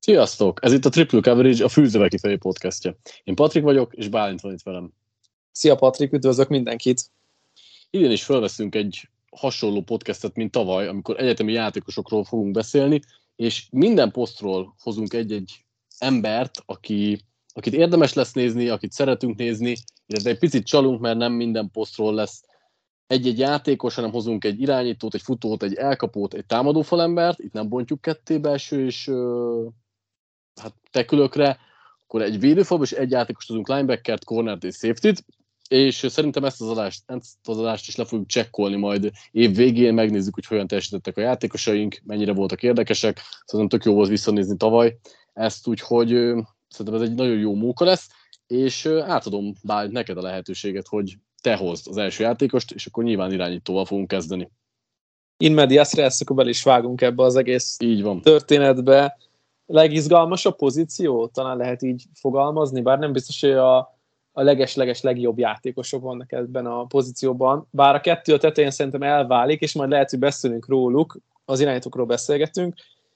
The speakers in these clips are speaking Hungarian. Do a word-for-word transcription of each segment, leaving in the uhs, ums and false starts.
Sziasztok! Ez itt a Triple Coverage, a Fűzővel kifelé podcastja. Én Patrik vagyok, és Bálint van itt velem. Szia Patrik, üdvözlök mindenkit! Idén is felveszünk egy hasonló podcastet, mint tavaly, amikor egyetemi játékosokról fogunk beszélni, és minden posztról hozunk egy-egy embert, aki, akit érdemes lesz nézni, akit szeretünk nézni, illetve egy picit csalunk, mert nem minden posztról lesz egy-egy játékos, hanem hozunk egy irányítót, egy futót, egy elkapót, egy támadófalembert, itt nem bontjuk ketté belső és hát tekülökre, akkor egy védőfalba, és egy játékost hozunk linebackert, cornert és safety-t, és szerintem ezt az adást, ezt az adást is le fogjuk csekkolni majd év végén, megnézzük, hogy hogyan teljesítettek a játékosaink, mennyire voltak érdekesek, szerintem tök jó volt visszanézni tavaly ezt, úgyhogy szerintem ez egy nagyon jó móka lesz, és átadom Bálint neked a lehetőséget, hogy te hozd az első játékost, és akkor nyilván irányítóval fogunk kezdeni. In medias res, akkor bele is vágunk ebbe az egész így van. történetbe. Legizgalmasabb pozíció, talán lehet így fogalmazni, bár nem biztos, hogy a, a leges-leges legjobb játékosok vannak ebben a pozícióban. Bár a kettő a tetején szerintem elválik, és majd lehet, hogy beszélünk róluk, az irányítókról beszélgetünk,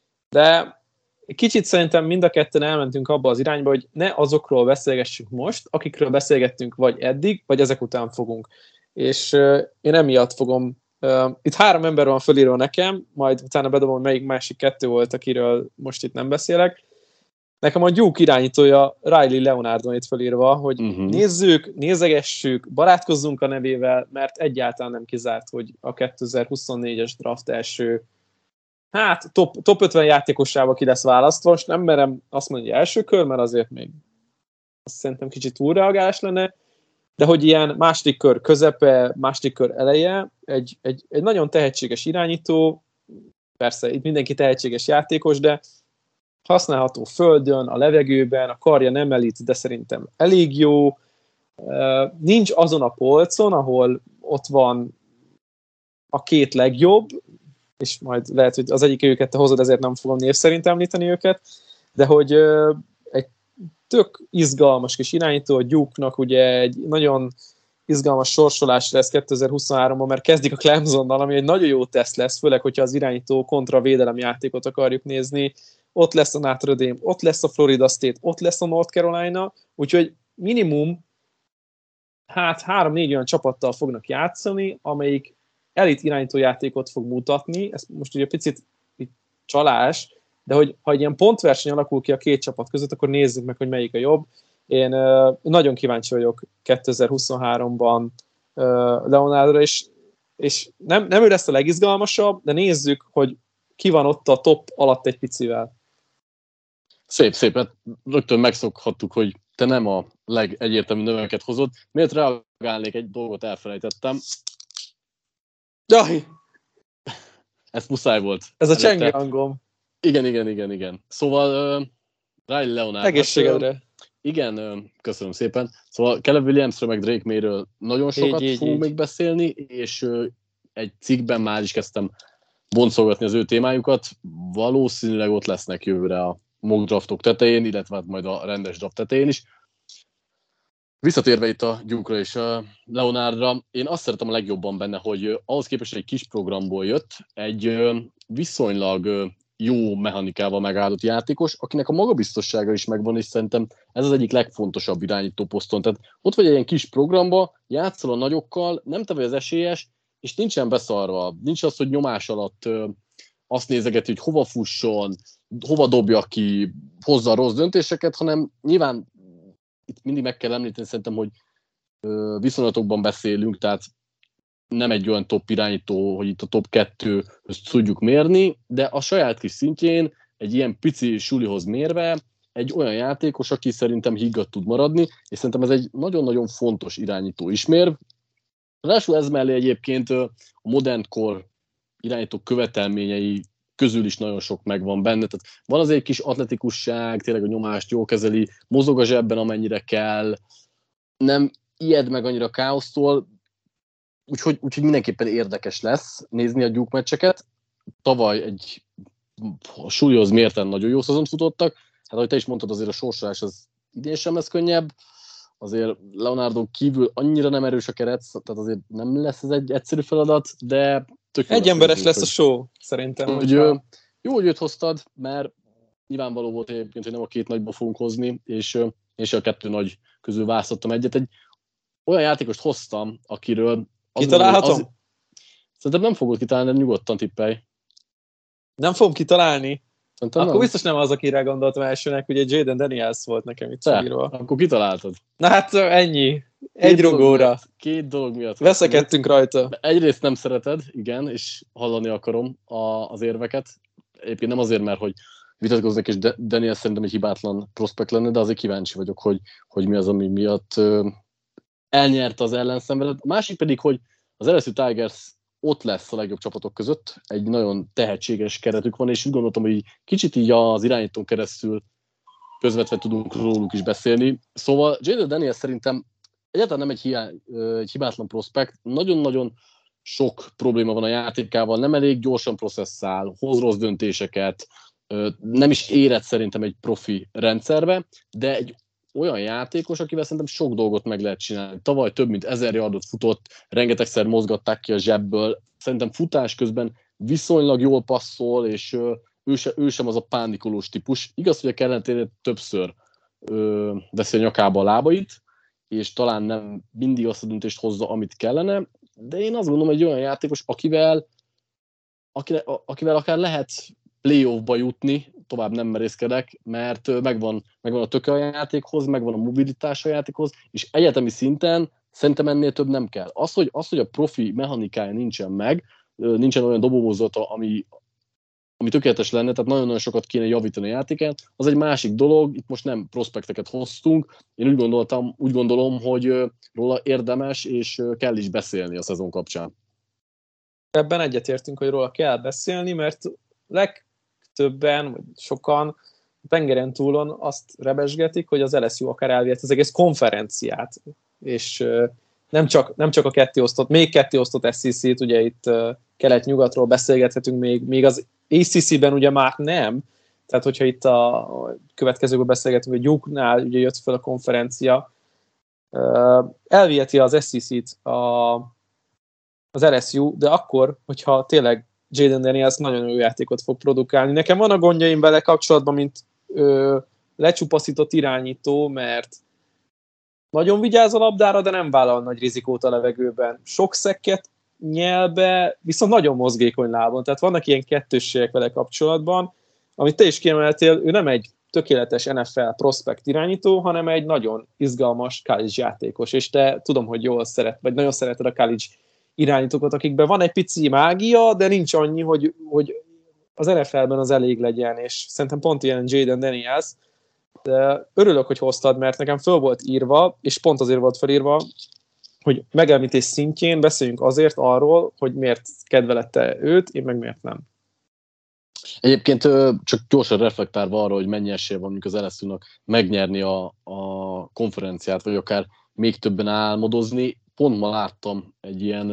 de kicsit szerintem mind a ketten elmentünk abba az irányba, hogy ne azokról beszélgessünk most, akikről beszélgettünk vagy eddig, vagy ezek után fogunk. És uh, én emiatt fogom, uh, itt három ember van fölírva nekem, majd utána bedobom, hogy melyik másik kettő volt, akiről most itt nem beszélek. Nekem a Duke irányítója Riley Leonard van itt fölírva, hogy uh-huh. nézzük, nézegessük, barátkozzunk a nevével, mert egyáltalán nem kizárt, hogy a kétezer-huszonnégyes draft első hát top, top ötven játékosába ki lesz választva, most nem merem azt mondani, hogy első kör, mert azért még azt szerintem kicsit túlreagálás lenne, de hogy ilyen második kör közepe, második kör eleje, egy, egy, egy nagyon tehetséges irányító, persze itt mindenki tehetséges játékos, de használható földön, a levegőben, a karja nem elit, de szerintem elég jó, nincs azon a polcon, ahol ott van a két legjobb, és majd lehet, hogy az egyik őket te hozod, ezért nem fogom név szerint említeni őket, de hogy ö, egy tök izgalmas kis irányító, a Duke-nak ugye egy nagyon izgalmas sorsolás lesz kétezer-huszonháromban, mert kezdik a Clemsonnal, ami egy nagyon jó teszt lesz, főleg, hogyha az irányító kontra védelem játékot akarjuk nézni. Ott lesz a Notre Dame, ott lesz a Florida State, ott lesz a North Carolina, úgyhogy minimum hát három-négy olyan csapattal fognak játszani, amelyik elit irányítójátékot fog mutatni, ez most ugye picit csalás, de hogy ha egy ilyen pontverseny alakul ki a két csapat között, akkor nézzük meg, hogy melyik a jobb. Én uh, nagyon kíváncsi vagyok kétezer-huszonháromban uh, Leonardra, és, és nem, nem ő lesz a legizgalmasabb, de nézzük, hogy ki van ott a top alatt egy picivel. Szép, szép. Hát rögtön megszokhattuk, hogy te nem a legegyértelmű neveket hozod. Miért reagálnék, egy dolgot elfelejtettem. Jaj! Ez muszáj volt. Ez a csengi hangom. Igen, igen, igen, igen. Szóval uh, Riley Leonard. Egészségedre. Hát, uh, igen, uh, köszönöm szépen. Szóval Caleb Williamsről meg Drake Mayről nagyon sokat így, fogunk így, még így. beszélni, és uh, egy cikkben már is kezdtem boncolgatni az ő témájukat. Valószínűleg ott lesznek jövőre a mock draftok tetején, illetve majd a rendes draft tetején is. Visszatérve itt a Duke-ra és a Leonardra, én azt szeretem a legjobban benne, hogy ahhoz képest egy kis programból jött, egy viszonylag jó mechanikával megáldott játékos, akinek a magabiztossága is megvan, és szerintem ez az egyik legfontosabb irányító poszton. Tehát ott vagy egy ilyen kis programba, játszol a nagyokkal, nem te vagy az esélyes, és nincsen beszarva. Nincs az, hogy nyomás alatt azt nézegeti, hogy hova fusson, hova dobja ki, hozza a rossz döntéseket, hanem nyilván itt mindig meg kell említeni szerintem, hogy viszonylatokban beszélünk, tehát nem egy olyan top irányító, hogy itt a top kettőhöz tudjuk mérni, de a saját kis szintjén egy ilyen pici sulihoz mérve egy olyan játékos, aki szerintem higgadt tud maradni, és szerintem ez egy nagyon-nagyon fontos irányító ismérv. Ráadásul ez mellé egyébként a modern kor irányító követelményei közül is nagyon sok megvan benne. Tehát van azért egy kis atletikusság, tényleg a nyomást jól kezeli, mozog a zsebben, amennyire kell, nem ijed meg annyira káosztól, úgyhogy, úgyhogy mindenképpen érdekes lesz nézni a Duke meccseket. Tavaly egy a súlyhoz mérten nagyon jó szezont futottak, hát ahogy te is mondtad, azért a sorsolás az idén sem lesz könnyebb, azért Leonardo kívül annyira nem erős a keret, tehát azért nem lesz ez egy egyszerű feladat, de tök jó. Egy emberes lesz a show, szerintem. Hogy, hogyha... Jó, hogy őt hoztad, mert nyilvánvaló volt egyébként, hogy nem a két nagyba fogunk hozni, és, és a kettő nagy közül választottam egyet. Egy olyan játékost hoztam, akiről... Kitalálhatom? Az... Szerintem nem fogod kitalálni, de nyugodtan tippelj. Nem fogom kitalálni? Szerintem akkor nem. Biztos nem az, akire gondoltam elsőnek, ugye Jaden Daniels volt nekem itt írva. Akkor kitaláltad. Na hát ennyi. Egy két rugóra. Dolog két dolog miatt. Veszekedtünk rajta. Egyrészt nem szereted, igen, és hallani akarom a, az érveket. Egyébként nem azért, mert hogy vitatkoznak, és Daniels szerintem egy hibátlan prospekt lenne, de azért kíváncsi vagyok, hogy, hogy mi az, ami miatt ö, elnyerte az ellenszenvedet. A másik pedig, hogy az el es u Tigers ott lesz a legjobb csapatok között, egy nagyon tehetséges keretük van, és úgy gondoltam, hogy kicsit így az irányítón keresztül közvetve tudunk róluk is beszélni. Szóval Jaden Daniels szerintem egyáltalán nem egy, hiá- egy hibátlan prospekt, nagyon-nagyon sok probléma van a játékával, nem elég gyorsan processzál, hoz rossz döntéseket, nem is érett szerintem egy profi rendszerbe, de egy olyan játékos, akivel szerintem sok dolgot meg lehet csinálni. Tavaly több mint ezer yardot futott, rengetegszer mozgatták ki a zsebből, szerintem futás közben viszonylag jól passzol, és ő, se, ő sem az a pánikolós típus. Igaz, hogy a kelleténél többször ö, veszi a nyakába a lábait, és talán nem mindig azt a döntést hozza, amit kellene, de én azt gondolom, egy olyan játékos, akivel, akivel, akivel akár lehet playoffba jutni, tovább nem merészkedek, mert megvan, megvan a töke a játékhoz, megvan a mobilitás a játékhoz, és egyetemi szinten szerintem ennél több nem kell. Az, hogy, az, hogy a profi mechanikája nincsen meg, nincsen olyan dobómozdulata, ami, ami tökéletes lenne, tehát nagyon-nagyon sokat kéne javítani a játékán, az egy másik dolog, itt most nem prospekteket hoztunk, én úgy gondoltam, úgy gondolom, hogy róla érdemes és kell is beszélni a szezon kapcsán. Ebben egyetértünk, hogy róla kell beszélni, mert legtöbben, vagy sokan tengeren túlon azt rebesgetik, hogy az el es u akár elvihet az egész konferenciát, és nem csak, nem csak a kettéosztott, még kettéosztott es í cé-t, ugye itt kelet-nyugatról beszélgethetünk még, még az á cé cé-ben ugye már nem, tehát hogyha itt a következőben beszélgetünk, hogy Duke-nál ugye jött fel a konferencia, elviheti az es í cé-t a, az el es u, de akkor, hogyha tényleg Jaden Daniels nagyon jó játékot fog produkálni. Nekem van a gondjaim vele kapcsolatban, mint ö, lecsupaszított irányító, mert nagyon vigyáz a labdára, de nem vállal nagy rizikót a levegőben. Sok szekket nyelbe, viszont nagyon mozgékony lábon. Tehát vannak ilyen kettősségek vele kapcsolatban, amit te is kiemeltél, ő nem egy tökéletes en ef el prospekt irányító, hanem egy nagyon izgalmas college játékos, és te tudom, hogy jól szeret, vagy nagyon szereted a college irányítókat, akikben van egy pici mágia, de nincs annyi, hogy, hogy az en ef el-ben az elég legyen, és szerintem pont ilyen Jaden Daniels. De örülök, hogy hoztad, mert nekem föl volt írva, és pont azért volt felírva, hogy megemlítés szintjén beszéljünk azért arról, hogy miért kedvelette őt, én meg miért nem. Egyébként csak gyorsan reflektálva arra, hogy mennyi esélye van az el es u-nak megnyerni a, a konferenciát, vagy akár még többen álmodozni. Pont ma láttam egy ilyen,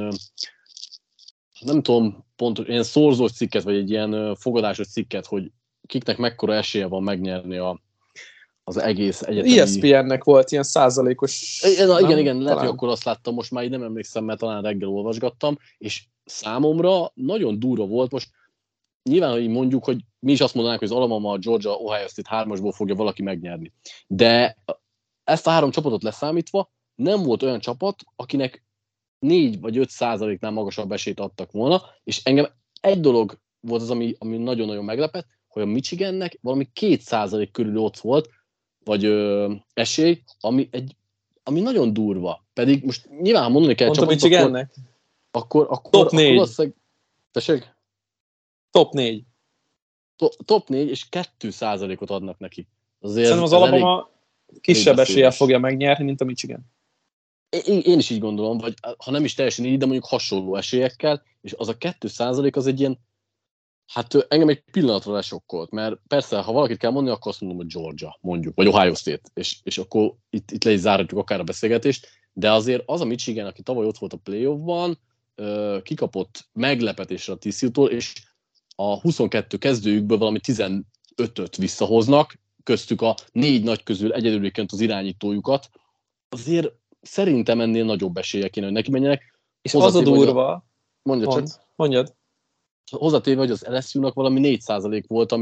nem tudom, pont ilyen szorzós cikket, vagy egy ilyen fogadásos cikket, hogy kiknek mekkora esélye van megnyerni a, az egész egyetemi... e es pé en-nek volt ilyen százalékos... Na, igen, igen, lehet, hogy akkor azt láttam, most már így nem emlékszem, mert talán reggel olvasgattam, és számomra nagyon durva volt. Most nyilván, hogy mondjuk, hogy mi is azt mondanánk, hogy az Alabama, a Georgia, Ohio State hármasból fogja valaki megnyerni. De ezt a három csapatot leszámítva nem volt olyan csapat, akinek négy vagy öt százaléknál magasabb esélyt adtak volna, és engem egy dolog volt az, ami, ami nagyon-nagyon meglepett, hogy a Michigannek valami két százalék körül ott volt, vagy ö, esély, ami, egy, ami nagyon durva. Pedig most nyilván mondani kell csapatot, Michigannek? Akkor, akkor, akkor, top négy. Akkor tessék? Top négy. To, top négy, és két százalékot adnak neki. Azért szerintem az Alabama kisebb eséllyel fogja megnyerni, mint a Michigan. Én, én is így gondolom, vagy ha nem is teljesen így, de mondjuk hasonló esélyekkel, és az a két százalék az egy ilyen, hát engem egy pillanatra lesokkolt, mert persze, ha valakit kell mondani, akkor azt mondom, hogy Georgia, mondjuk, vagy Ohio State, és, és akkor itt, itt le is zárhatjuk akár a beszélgetést, de azért az a Michigan, aki tavaly ott volt a playoffban, kikapott meglepetésre a té cé u-tól, és a huszonkettő kezdőjükből valami tizenötöt visszahoznak, köztük a négy nagy közül egyedüliként az irányítójukat. Azért szerintem ennél nagyobb esélye kéne, hogy neki menjenek. És az a durva. Mondja Mond, csak. Mondjad. Hozzátéve, hogy az el es u-nak valami négy százalék volt, ami,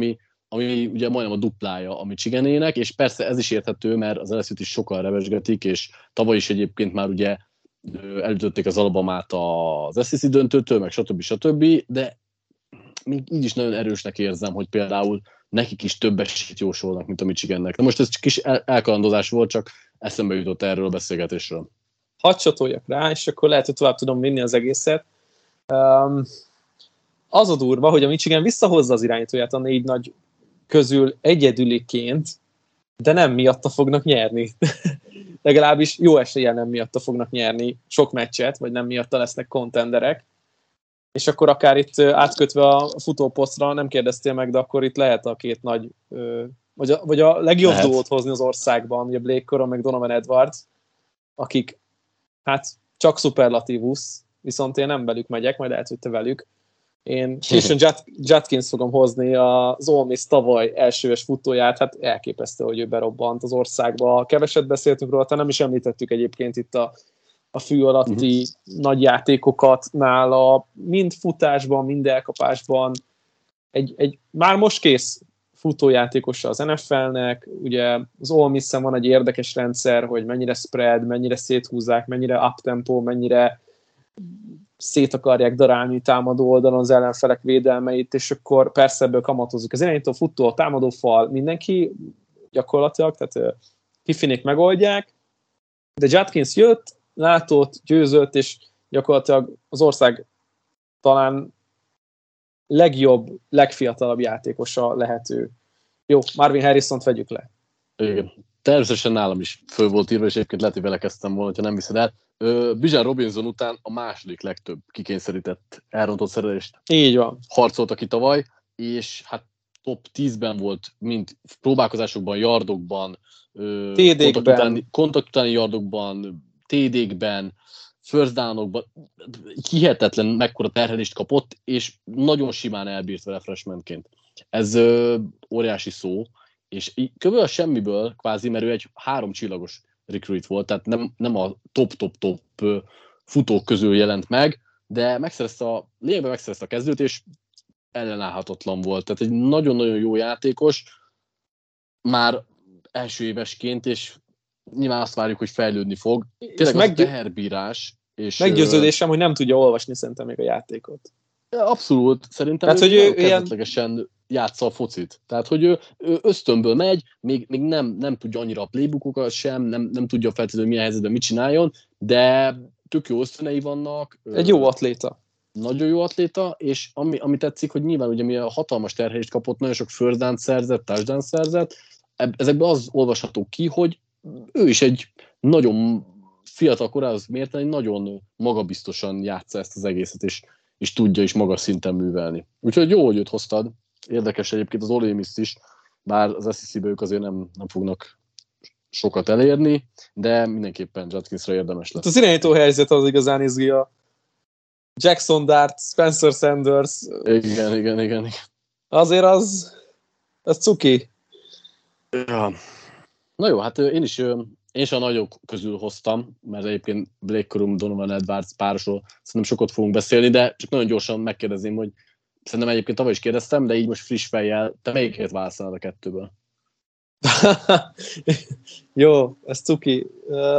ami ugye majdnem a duplája a Michiganének, és persze ez is érthető, mert az el es u-t is sokan revesgetik, és tavaly is egyébként már ugye elütötték az Alabamát az es e cé döntőtől, meg stb. stb., de még így is nagyon erősnek érzem, hogy például nekik is több esélyt jósolnak, mint a Michigannek. Na most ez kis el- elkalandozás volt, csak eszembe jutott erről a beszélgetésről. Hadd csatoljak rá, és akkor lehet, hogy tovább tudom vinni az egészet. Um, az a durva, hogy a Michigan visszahozza az irányítóját a négy nagy közül egyedüliként, de nem miatta fognak nyerni. Legalábbis jó eséllyel nem miatta fognak nyerni sok meccset, vagy nem miatta lesznek kontenderek. És akkor akár itt átkötve a futóposztra, nem kérdeztél meg, de akkor itt lehet a két nagy, vagy a, vagy a legjobb lehet duót hozni az országban, ugye Blake Corum meg Donovan Edwards, akik hát csak szuperlatívusz, viszont én nem velük megyek, majd lehet, hogy te velük. Én Christian Judkins fogom hozni az Ole Miss tavaly elsőves futóját, hát elképesztő, hogy ő berobbant az országba. Keveset beszéltünk róla, nem is említettük egyébként itt a, a fű alatti uh-huh. nagy játékokat nála, mind futásban, mind elkapásban. Egy, egy már most kész futójátékosa az en ef el-nek, ugye az Ole Missen van egy érdekes rendszer, hogy mennyire spread, mennyire széthúzzák, mennyire up-tempo, mennyire szét akarják darálni támadó oldalon az ellenfelek védelmeit, és akkor persze ebből kamatozik az irányító, futó, támadó fal, mindenki gyakorlatilag, tehát Kiffinék megoldják, de Judkins jött, látott, győzött, és gyakorlatilag az ország talán legjobb, legfiatalabb játékosa lehető. Jó, Marvin Harrison-t vegyük le. Igen. Természetesen nálam is föl volt írva, és egyébként lehet, hogy vele kezdtem volna, ha nem hiszed el. Bijan Robinson után a második legtöbb kikényszerített elrontott szerelést így van. harcolta ki tavaly, és hát top tízben volt, mind próbálkozásokban, yardokban, kontakt utáni, kontakt utáni yardokban, té dékben, first downokban, hihetetlen mekkora terhelést kapott, és nagyon simán elbírt vele freshmanként. Ez ö, óriási szó, és kb. A semmiből kvázi, mert ő egy három csillagos recruit volt, tehát nem, nem a top-top-top futók közül jelent meg, de megszerezte a, lényegben megszerezte a kezdőt, és ellenállhatatlan volt. Tehát egy nagyon-nagyon jó játékos, már első évesként, és nyilván azt várjuk, hogy fejlődni fog. Tényleg az meggy- a teherbírás. És meggyőződésem, hogy nem tudja olvasni szerintem még a játékot. Abszolút, szerintem hát, ő, hogy ő kezdetlegesen ilyen... játsza a focit. Tehát, hogy ő, ő ösztönből megy, még, még nem, nem tudja annyira a playbookokat sem, nem, nem tudja feltétlenül milyen helyzetben mit csináljon, de tök jó ösztönei vannak. Egy jó atléta. Nagyon jó atléta, és ami, ami tetszik, hogy nyilván ugye mi a hatalmas terhelést kapott, nagyon sok first down szerzett, touchdown szerzett, ezekben az olvasható ki, hogy ő is egy nagyon fiatal korához mérten egy nagyon magabiztosan játsza ezt az egészet, és, és tudja is magas szinten művelni. Úgyhogy jó, hogy őt hoztad. Érdekes egyébként az Ole Miss is, bár az es e cé-be ők azért nem, nem fognak sokat elérni, de mindenképpen Judkinsra érdemes lesz. Az irányító helyzet az igazán izgi a Jackson Dart, Spencer Sanders. Igen, igen, igen. igen. Azért az, az cuki. Ja. Na jó, hát én is Én is a nagyok közül hoztam, mert egyébként Blake Corum, Donovan Edwards párosról szerintem sokat fogunk beszélni, de csak nagyon gyorsan megkérdezném, hogy szerintem egyébként tavaly is kérdeztem, de így most friss fejjel, te melyiket választanod a kettőből? Jó, ez cuki.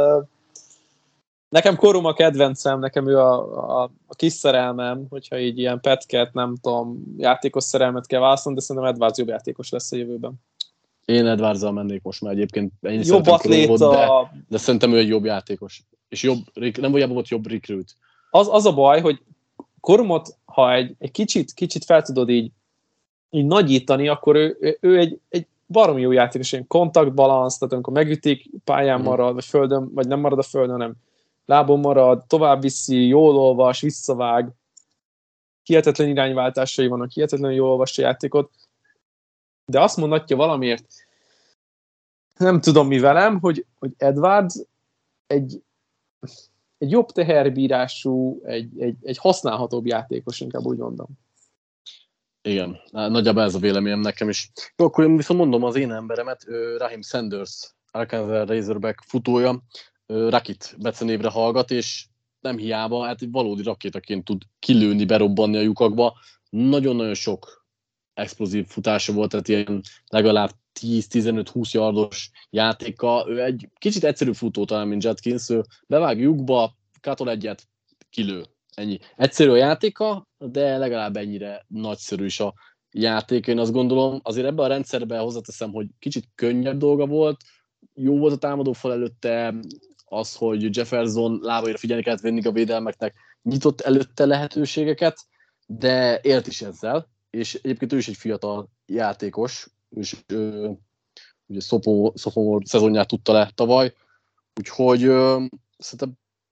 Nekem Corum a kedvencem, nekem ő a, a, a kis szerelmem, hogyha így ilyen petket, nem tudom, játékos szerelmet kell választani, de szerintem Edwards jobb játékos lesz a jövőben. Én Edwardzzal mennék most már egyébként. Én jobb atléta. De, de szerintem ő egy jobb játékos. És jobb, nem valójában volt jobb recruit. Az, az a baj, hogy Corumot, ha egy, egy kicsit, kicsit fel tudod így, így nagyítani, akkor ő, ő egy, egy baromi jó játékos, egy kontaktbalansz, tehát amikor megütik, pályán marad, vagy földön, vagy nem marad a földön, hanem lábon marad, tovább viszi, jól olvas, visszavág, hihetetlen irányváltásai vannak, hihetetlen jól olvassa a játékot, de azt mondatja valamiért, nem tudom mi velem, hogy, hogy Edwards egy, egy jobb teherbírású, egy, egy, egy használhatóbb játékos, inkább úgy mondom. Igen, nagyjából ez a véleményem nekem is. Jó, akkor én viszont mondom az én emberemet, Raheem Sanders, Arkansas Razorback futója, Rakit becenévre hallgat, és nem hiába, hát egy valódi rakétaként tud kilőni, berobbanni a lyukakba. Nagyon-nagyon sok explozív futása volt, tehát ilyen legalább tíz-tizenöt-húsz yardos játéka. Ő egy kicsit egyszerű futó talán, mint Judkins, ő bevág lyukba, katol egyet, kilő. Ennyi. Egyszerű a játéka, de legalább ennyire nagyszerű is a játék. Én azt gondolom, azért ebben a rendszerben hozzáteszem, hogy kicsit könnyebb dolga volt, jó volt a támadófal előtte, az, hogy Jefferson lábaira figyelni kellett venni a védelmeknek, nyitott előtte lehetőségeket, de élt is ezzel, és egyébként ő is egy fiatal játékos, és ö, ugye sophomore szezonját tudta le tavaly, úgyhogy ö, szerintem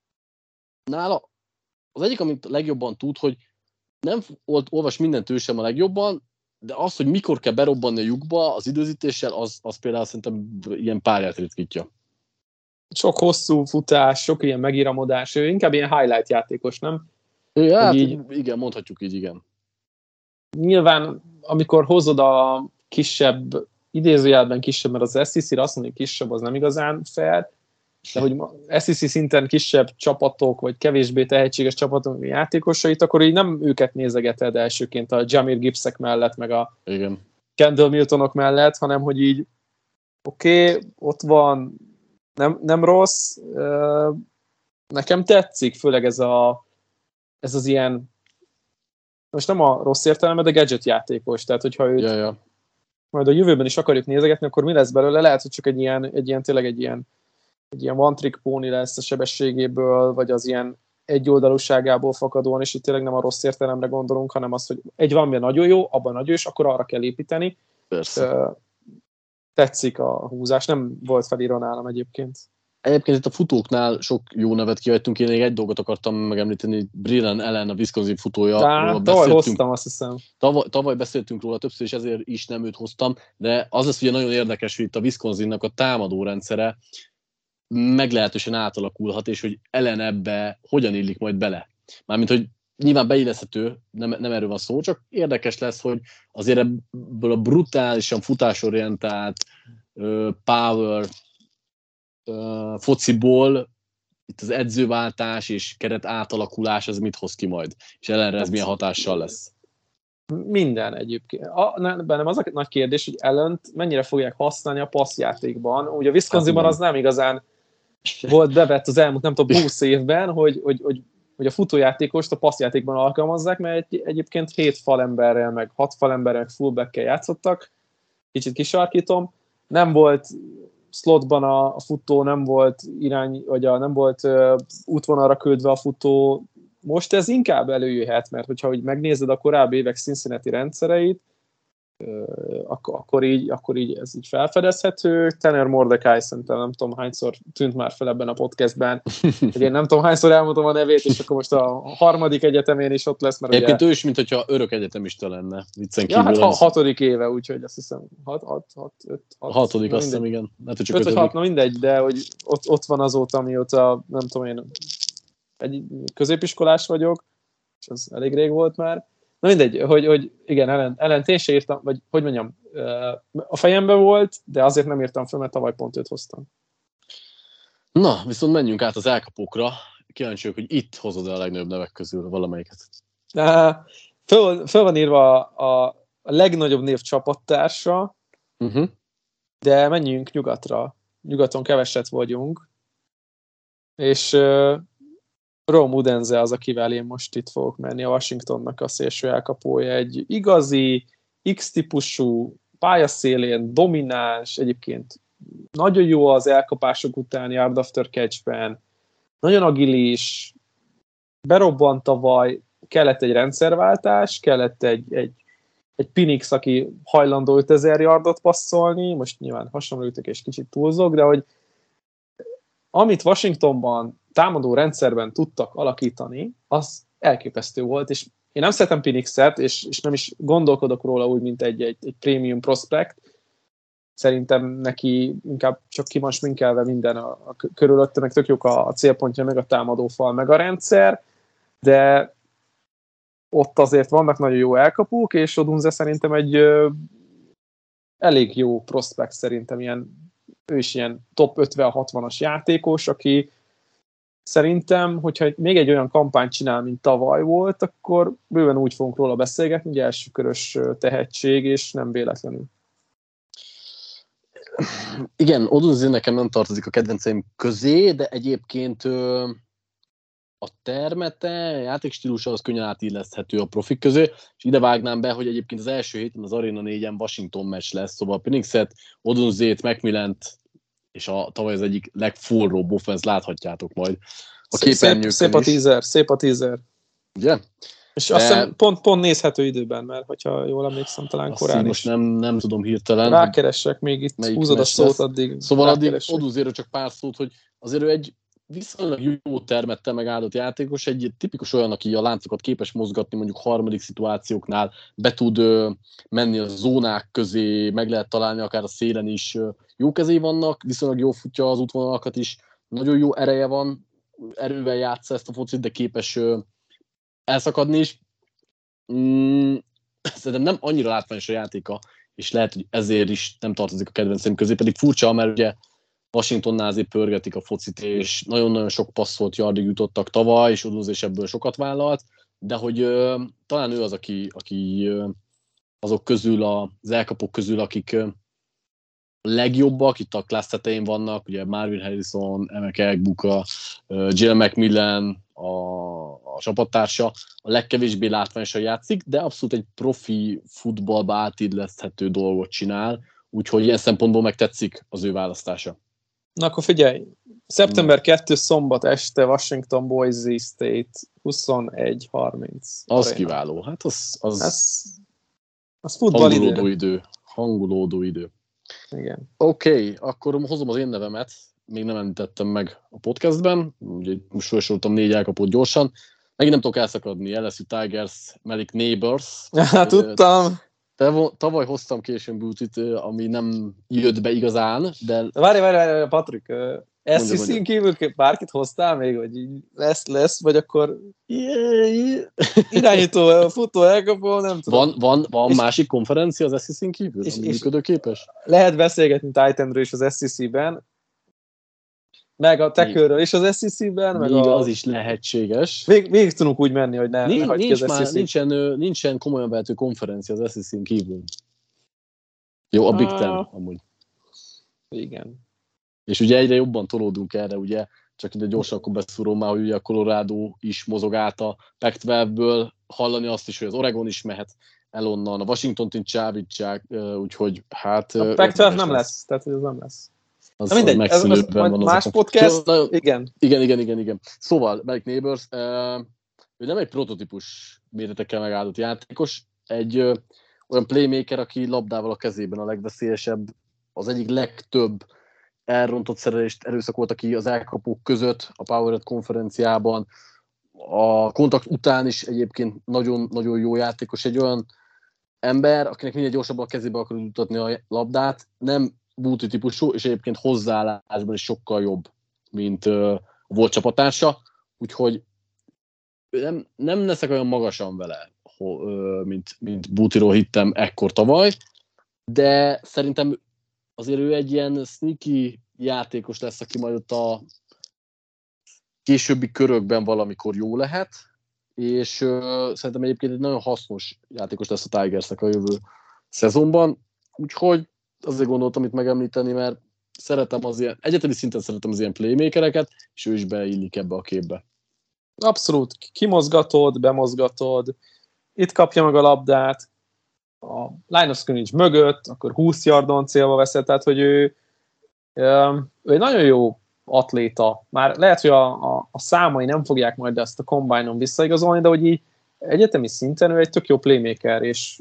nála az egyik, amit legjobban tud, hogy nem olvas mindent ő sem a legjobban, de az, hogy mikor kell berobbanni a lyukba az időzítéssel, az, az például szerintem ilyen párját ritkítja. Sok hosszú futás, sok ilyen megíramodás, ő inkább ilyen highlight játékos, nem? Ja, hát így, igen, mondhatjuk így, igen. Nyilván, amikor hozod a kisebb, idézőjelben kisebb, mert az es e cé-re azt mondani, hogy kisebb, az nem igazán fair, de hogy es e cé szinten kisebb csapatok, vagy kevésbé tehetséges csapatok játékosait, akkor így nem őket nézegeted elsőként a Jahmyr Gibbsek mellett, meg a igen. Kendall Miltonok mellett, hanem hogy így oké, okay, ott van, nem, nem rossz, nekem tetszik, főleg ez, a, ez az ilyen, most nem a rossz értelemben, de gadget játékos, tehát hogyha őt ja, ja. majd a jövőben is akarjuk nézegetni, akkor mi lesz belőle? Lehet, hogy csak egy ilyen, egy ilyen tényleg egy ilyen, egy ilyen one trick pony lesz a sebességéből, vagy az ilyen egyoldalúságából fakadóan, és itt tényleg nem a rossz értelemre gondolunk, hanem az, hogy egy valami nagyon jó, abban nagyon jó, és akkor arra kell építeni. Persze. Tetszik a húzás, nem volt felírva nálam egyébként. Egyébként itt a futóknál sok jó nevet kihagytunk, én még egy dolgot akartam megemlíteni, Braylon Allen, a Wisconsin futója. Tá, tavaly hoztam, azt hiszem. Tavaly, tavaly beszéltünk róla többször, és ezért is nem őt hoztam, de az lesz ugye nagyon érdekes, hogy itt a Wisconsinnak a támadó rendszere meglehetősen átalakulhat, és hogy Allen ebbe hogyan illik majd bele. Mármint, hogy nyilván beilleszthető, nem, nem erről van szó, csak érdekes lesz, hogy azért ebből a brutálisan futásorientált uh, power uh, fociból itt az edzőváltás és keret átalakulás az mit hoz ki majd, és ellenre ez milyen hatással lesz. Minden egyébként. A, bennem az a nagy kérdés, hogy Allent mennyire fogják használni a passzjátékban. Ugye a Wisconsinban hát, az nem igazán volt bevett az elmúlt, nem tudom, húsz évben, hogy, hogy, hogy, hogy a futójátékost a passzjátékban alkalmazzák, mert egy, egyébként hét falemberrel, meg hat falemberrel, meg fullbackkel játszottak. Kicsit kisarkítom. Nem volt slotban a, a futó, nem volt irány, vagy a, nem volt uh, útvonalra küldve a futó. Most ez inkább előjöhet, mert hogyha úgy megnézed a korábbi évek Cincinnati rendszereit, akkor, akkor, így, akkor így ez így felfedezhető. Tanner Mordecai szerintem nem tudom hányszor tűnt már fel ebben a podcastben, hogy én nem tudom hányszor elmondom a nevét, és akkor most a harmadik egyetemén is ott lesz. Mert egyébként ugye... ő is, mintha örök egyetemista lenne. Viccen ja, hát ha, hatodik éve, úgyhogy azt hiszem hat, hat, hat, öt, hat, a hatodik, azt hiszem, igen. Hát, öt vagy hat, na mindegy, de hogy ott, ott van azóta, mióta, nem tudom én, egy középiskolás vagyok, és az elég rég volt már. Na mindegy, hogy, hogy igen, ellen, ellen én se írtam, vagy hogy mondjam, a fejemben volt, de azért nem írtam fel, mert tavaly pont őt hoztam. Na, viszont menjünk át az elkapókra. Kíváncsiak, hogy itt hozod a legnagyobb nevek közül valamelyiket. Föl, föl van írva a, a legnagyobb név csapattársa, uh-huh. de menjünk nyugatra. Nyugaton keveset vagyunk. És uh, Rome Udenze az, akivel én most itt fogok menni, a Washingtonnak a szélső elkapója. Egy igazi, X-típusú, pályaszélén, domináns, egyébként nagyon jó az elkapások után, yard after catchben, nagyon agilis, berobbant tavaly, kellett egy rendszerváltás, kellett egy, egy, egy Penix, aki hajlandó ötezer yardot passzolni, most nyilván hasonlítok és kicsit túlzok, de hogy amit Washingtonban támadó rendszerben tudtak alakítani, az elképesztő volt, és én nem szeretem Penixet, és, és nem is gondolkodok róla úgy, mint egy, egy, egy premium prospect. Szerintem neki inkább csak ki van sminkelve minden a, a körülötte, meg tök jók a, a célpontja, meg a támadófal, meg a rendszer, de ott azért vannak nagyon jó elkapók, és Odunze szerintem egy ö, elég jó prospect, szerintem ilyen, ő is ilyen top ötven-hatvanas játékos, aki szerintem, hogyha még egy olyan kampányt csinál, mint tavaly volt, akkor bőven úgy fogunk róla beszélgetni, hogy elsőkörös tehetség, és nem véletlenül. Igen, Odunze nekem nem tartozik a kedvenceim közé, de egyébként a termete, a játékstílusa az könnyen átilleszthető a profik közé, és ide vágnám be, hogy egyébként az első héten az Arena négyen Washington meccs lesz, szóval Penixet, Odunzét, Macmillant és a tavaly az egyik legforróbb offense láthatjátok majd a képernyőkön. Szép, szép a teaser, szép a teaser. Ugye? És de... azt hiszem pont, pont nézhető időben, mert hogyha jól emlékszem, talán azt korán most nem, nem tudom hirtelen. Rákeressek, még itt húzod a szót lesz. Addig. Szóval addig Odunzéről csak pár szót, hogy azért ő egy viszonylag jó termettel megáldott játékos, egy tipikus olyan, aki a láncokat képes mozgatni, mondjuk harmadik szituációknál, be tud ö, menni a zónák közé, meg lehet találni akár a szélen is. Ö, jó kezé vannak, viszonylag jó futja az útvonalakat is, nagyon jó ereje van, erővel játsza ezt a focit, de képes ö, elszakadni is. Mm, szerintem nem annyira látványos a játéka, és lehet, hogy ezért is nem tartozik a kedvencem közé, pedig furcsa, mert ugye Washingtonnál azért pörgetik a focit, és nagyon-nagyon sok passzolt yardig jutottak tavaly, és Odunze is ebből sokat vállalt, de hogy ö, talán ő az, aki, aki ö, azok közül, az elkapók közül, akik ö, legjobbak, itt a class tetején vannak, ugye Marvin Harrison, Emek Egbuka, Jill Macmillan, a, a csapattársa, a legkevésbé látványosan játszik, de abszolút egy profi futballba átilleszthető dolgot csinál, úgyhogy ilyen szempontból meg tetszik az ő választása. Na akkor figyelj, szeptember second szombat este Washington Boise State huszonegy harminc. Az arena. Kiváló, hát az, az, az, az futballidő. Hangulódó idő. Hangulódó idő. Igen. Oké, okay, akkor hozom az én nevemet, még nem említettem meg a podcastben, ugye most felsoroltam négy elkapót gyorsan, megint nem tudok elszakadni, el es u Tigers, Malik Neighbors. Hát tudtam! Tavaly hoztam későn Bootit, ami nem jött be igazán, de... Várj, várj, várj, Patrik, es e cé-n kívül bárkit hoztál még, vagy így lesz, lesz, vagy akkor irányító, futó, elkapó, nem tudom. Van, van, van másik konferencia az es e cé-n kívül, és, ami működőképes? Lehet beszélgetni Titanről is az es e cé-ben, meg a Tekőről is az es e cé-ben, meg a... az is lehetséges. Vég, végig tudunk úgy menni, hogy ne, nincs, ne hagyd ki az es e cé. Nincsen, nincsen komolyan vehető konferencia az es e cé-n kívül. Jó, a Big Ten ah. amúgy. Igen. És ugye egyre jobban tolódunk erre, ugye, csak ide gyorsan akkor beszúrom már, hogy ugye a Colorado is mozog át a Pac tizenből, hallani azt is, hogy az Oregon is mehet el onnan, a Washington-t is csábítsák, úgyhogy hát... A Pac tizenben nem lesz. lesz, tehát ez nem lesz. Az, Na mindegy, ez, ez van más podcast, szóval, igen. Igen, igen, igen, igen. Szóval, Malik Neighbors, uh, ő nem egy prototípus méretekkel megáldott játékos, egy uh, olyan playmaker, aki labdával a kezében a legveszélyesebb, az egyik legtöbb elrontott szerelést erőszakolta ki az elkapók között a Powerade konferenciában. A kontakt után is egyébként nagyon, nagyon jó játékos, egy olyan ember, akinek minél gyorsabban a kezébe akar jutatni a labdát, nem Booty típusú, és egyébként hozzáállásban is sokkal jobb, mint uh, volt csapatársa, úgyhogy nem, nem leszek olyan magasan vele, ho, uh, mint, mint Bootyról hittem ekkor tavaly, de szerintem azért ő egy ilyen sneaky játékos lesz, aki majd ott a későbbi körökben valamikor jó lehet, és uh, szerintem egyébként egy nagyon hasznos játékos lesz a Tigersnek a jövő szezonban, úgyhogy azért gondoltam itt megemlíteni, mert szeretem az ilyen, egyetemi szinten szeretem az ilyen playmakereket, és ő is beillik ebbe a képbe. Abszolút, kimozgatod, bemozgatod, itt kapja meg a labdát, a line of scrimmage mögött, akkor húsz yardon célba veszed, tehát hogy ő, ő egy nagyon jó atléta. Már lehet, hogy a, a, a számai nem fogják majd ezt a combine-on visszaigazolni, de hogy így egyetemi szinten ő egy tök jó playmaker, és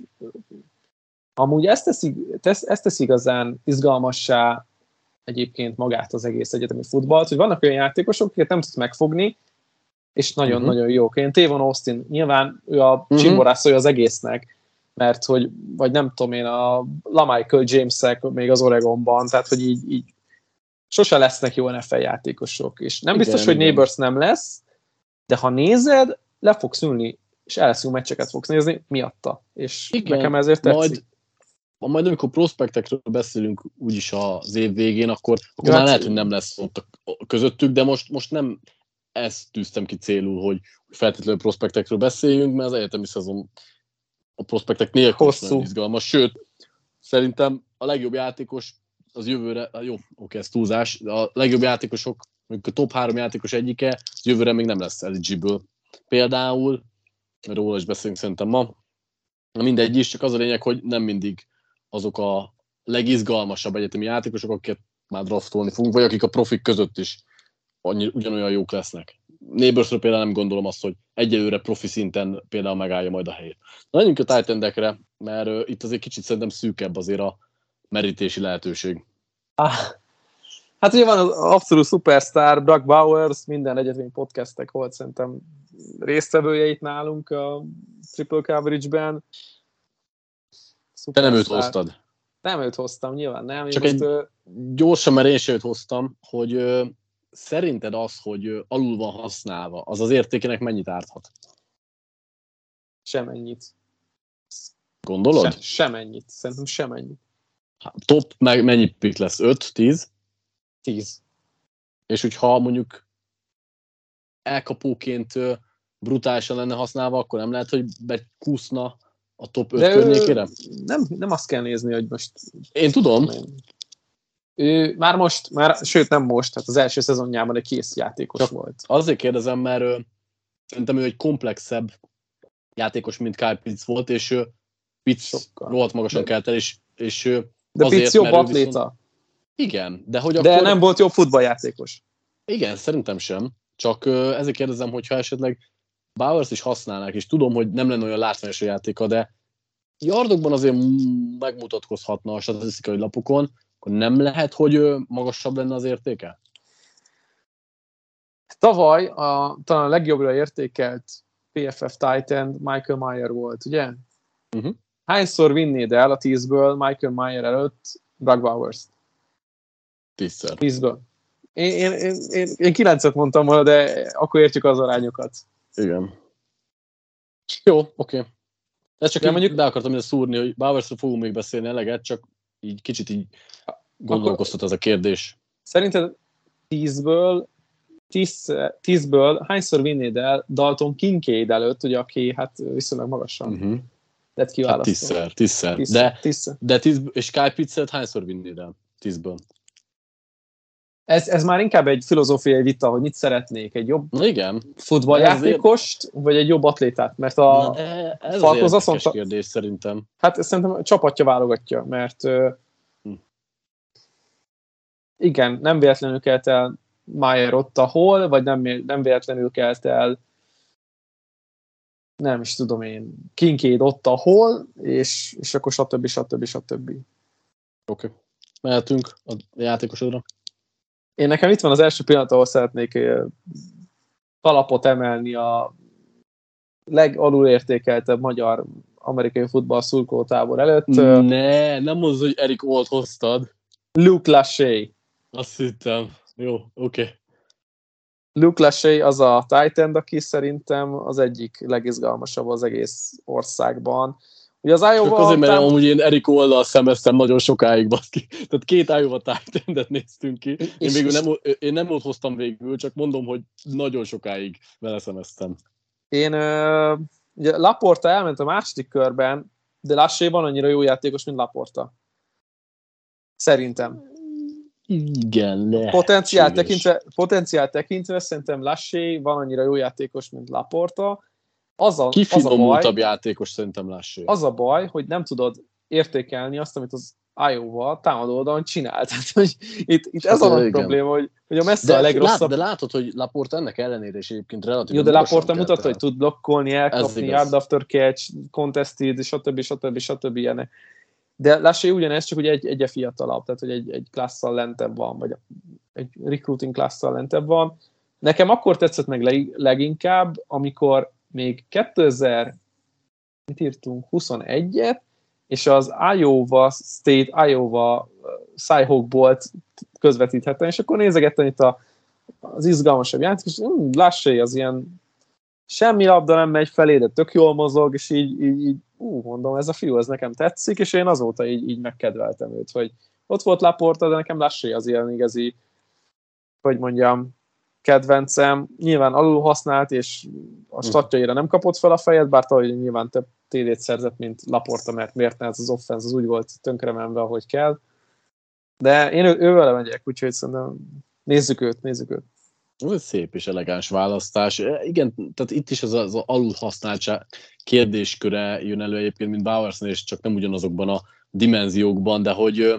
amúgy ezt teszi, tesz, ezt teszi igazán izgalmassá egyébként magát az egész egyetemi futballt, hogy vannak olyan játékosok, akiket nem tudsz megfogni, és nagyon-nagyon uh-huh. jók. Én Tavon Austin, nyilván ő a uh-huh. csimborászolja az egésznek, mert hogy, vagy nem tudom én, a LaMichael James-ek még az Oregonban, tehát hogy így, így sose lesznek jó en ef el játékosok, és nem igen, biztos, hogy igen. Neighbors nem lesz, de ha nézed, le fogsz ülni, és el jó meccseket fogsz nézni miatta, és igen, nekem ezért tetszik. Majd, majd amikor prospektekről beszélünk úgyis az év végén, akkor, akkor már lehet, hogy nem lesz ott a közöttük, de most, most nem ezt tűztem ki célul, hogy feltétlenül prospektekről beszéljünk, mert az egyetemi szezon a prospektek nélkül is nagyon izgalmas. Sőt, szerintem a legjobb játékos az jövőre, jó, oké, ez túlzás, de a legjobb játékosok, mondjuk a top három játékos egyike, az jövőre még nem lesz eligible. Például, róla is beszélünk szerintem ma, mindegy is, csak az a lényeg, hogy nem mindig azok a legizgalmasabb egyetemi játékosok, akiket már draftolni fogunk, vagy akik a profik között is annyi, ugyanolyan jók lesznek. Neighborsről például nem gondolom azt, hogy egyelőre profi szinten például megállja majd a helyét. Na, menjünk a tight endekre, mert uh, itt azért kicsit szerintem szűkebb azért a merítési lehetőség. Ah, hát ugye van az abszolút superstar, Brock Bowers, minden egyetemi podcastek volt szerintem résztvevője itt nálunk a Triple Coverage-ben. Te nem őt hoztad? Nem őt hoztam, nyilván nem. Csak egy ő... gyorsan, mert én sem őt hoztam, hogy uh, szerinted az, hogy uh, alul van használva, az az értékének mennyit árthat? Semennyit. Gondolod? Se, semennyit. Szerintem semennyit. Top meg mennyi pick lesz? öt, tíz? tíz. És hogyha mondjuk elkapóként brutálisan lenne használva, akkor nem lehet, hogy bekúszna a top öt környékére? Nem, nem azt kell nézni, hogy most... Én tudom. Ő már most, már, sőt nem most, tehát az első szezonjában egy kész játékos Csak volt. Azért kérdezem, mert ö, szerintem ő egy komplexebb játékos, mint Kyle Pitts volt, és ö, Pitts rohadt magasan de... kelt el, és, és ö, de Pitts jobb atléta. Viszont... Igen, de hogy de akkor... nem volt jobb futballjátékos. Igen, szerintem sem. Csak ö, ezért kérdezem, hogyha esetleg Bowers is használnák, és tudom, hogy nem lenne olyan látványos a játéka, de yardokban azért megmutatkozhatna a statisztikai lapokon, akkor nem lehet, hogy magasabb lenne az értéke? Tavaly a, talán a legjobbra értékelt pé ef ef tight end Michael Mayer volt, ugye? Uh-huh. Hányszor vinnéd el a tízből Michael Mayer előtt Brock Bowers-t? Tízszer. Tízből. Én, én, én, én, én kilencet mondtam volna, de akkor értjük az arányokat. Igen. Jó, oké. Okay. Ez csak de mondjuk be akartam ide szúrni, hogy Bowersről fogunk még beszélni eleget, csak így kicsit így gondolkoztat ez a kérdés. Szerinted tízből, tíz, tízből hányszor vinnéd el Dalton Kincaid előtt, ugye, aki hát viszonylag magasan uh-huh. lett kiválasztva? Hát tízszer, tízszer. tízszer. De, tízszer. de tíz, és Kyle Pitts-et hányszor vinnéd el tízből? Ez, ez már inkább egy filozófiai vita, hogy mit szeretnék, egy jobb Na igen. futballjátékost, vagy egy jobb atlétát, mert a Na, ez az azt mondta, kérdés szerintem. Hát szerintem csapatja válogatja, mert hm. igen, nem véletlenül kelt el Mayer ott ahol, vagy nem, nem véletlenül kelt el nem is tudom én, Kincaid ott ahol, és, és akkor stb. stb. stb. Oké. Okay. Mehetünk a játékosodra. Én nekem itt van az első pillanat, ahol szeretnék kalapot emelni a legalulértékeltebb magyar amerikai futball szurkolótábor előtt. Ne, nem mondod, hogy Eric Olt hoztad. Luke Lachey. Azt hittem. Jó, oké. Okay. Luke Lachey az a tight end, aki szerintem az egyik legizgalmasabb az egész országban. Ugye az Iowa... Csak azért, mert tám... amúgy én Eric Oldal szemeztem nagyon sokáig, baszki. Tehát két Iowa tight endet néztünk ki. Én, és, végül nem, én nem ott hoztam végül, csak mondom, hogy nagyon sokáig vele szemeztem. Én, uh, ugye Laporta elment a második körben, de Lachey van annyira jó játékos, mint Laporta. Szerintem. Igen, lehet. Potenciál tekintve, potenciál tekintve szerintem Lachey van annyira jó játékos, mint Laporta. Az a, kifinomultabb baj, játékos szerintem Lachey. Az a baj, hogy nem tudod értékelni azt, amit az Iowa támadó oldalon csinált. Tehát, hogy itt, itt ez a nagy probléma, hogy, hogy a messze de, a legrosszabb... Lát, de látod, hogy Laporta ennek ellenére is egyébként relatív. Jó, de Laporta mutatta, el. Hogy tud blokkolni, elkapni, yard after catch, contested, stb. stb. stb. Ilyenek. De Lachey ugyanez, csak ugye egy, egy fiatalabb, tehát hogy egy, egy klasszal lentebb van, vagy egy recruiting klasszal lentebb van. Nekem akkor tetszett meg leg, leginkább, amikor még kétezer, mit írtunk, huszonegyet, és az Iowa State, Iowa Cyhawk Bolt közvetíthettem, és akkor nézegettem itt a, az izgalmasabb játék, és hm, Lachey az ilyen semmi labda nem megy felé, de tök jól mozog, és így, így, így ú, mondom, ez a fiú, ez nekem tetszik, és én azóta így, így megkedveltem őt, hogy ott volt Laporta, de nekem Lachey az ilyen igazi, hogy mondjam, kedvencem, nyilván alul használt, és a statjaira nem kapott fel a fejet, bár tavaly nyilván több té dét szerzett, mint Laporta, mert miért ne, ez az offense az úgy volt tönkremenve, ahogy kell. De én ő, ővele megyek, úgyhogy szerintem nézzük őt, nézzük őt. Ez egy szép és elegáns választás. Igen, tehát itt is az, az alulhasználtság kérdésköre jön elő egyébként, mint Bowersnél, és csak nem ugyanazokban a dimenziókban, de hogy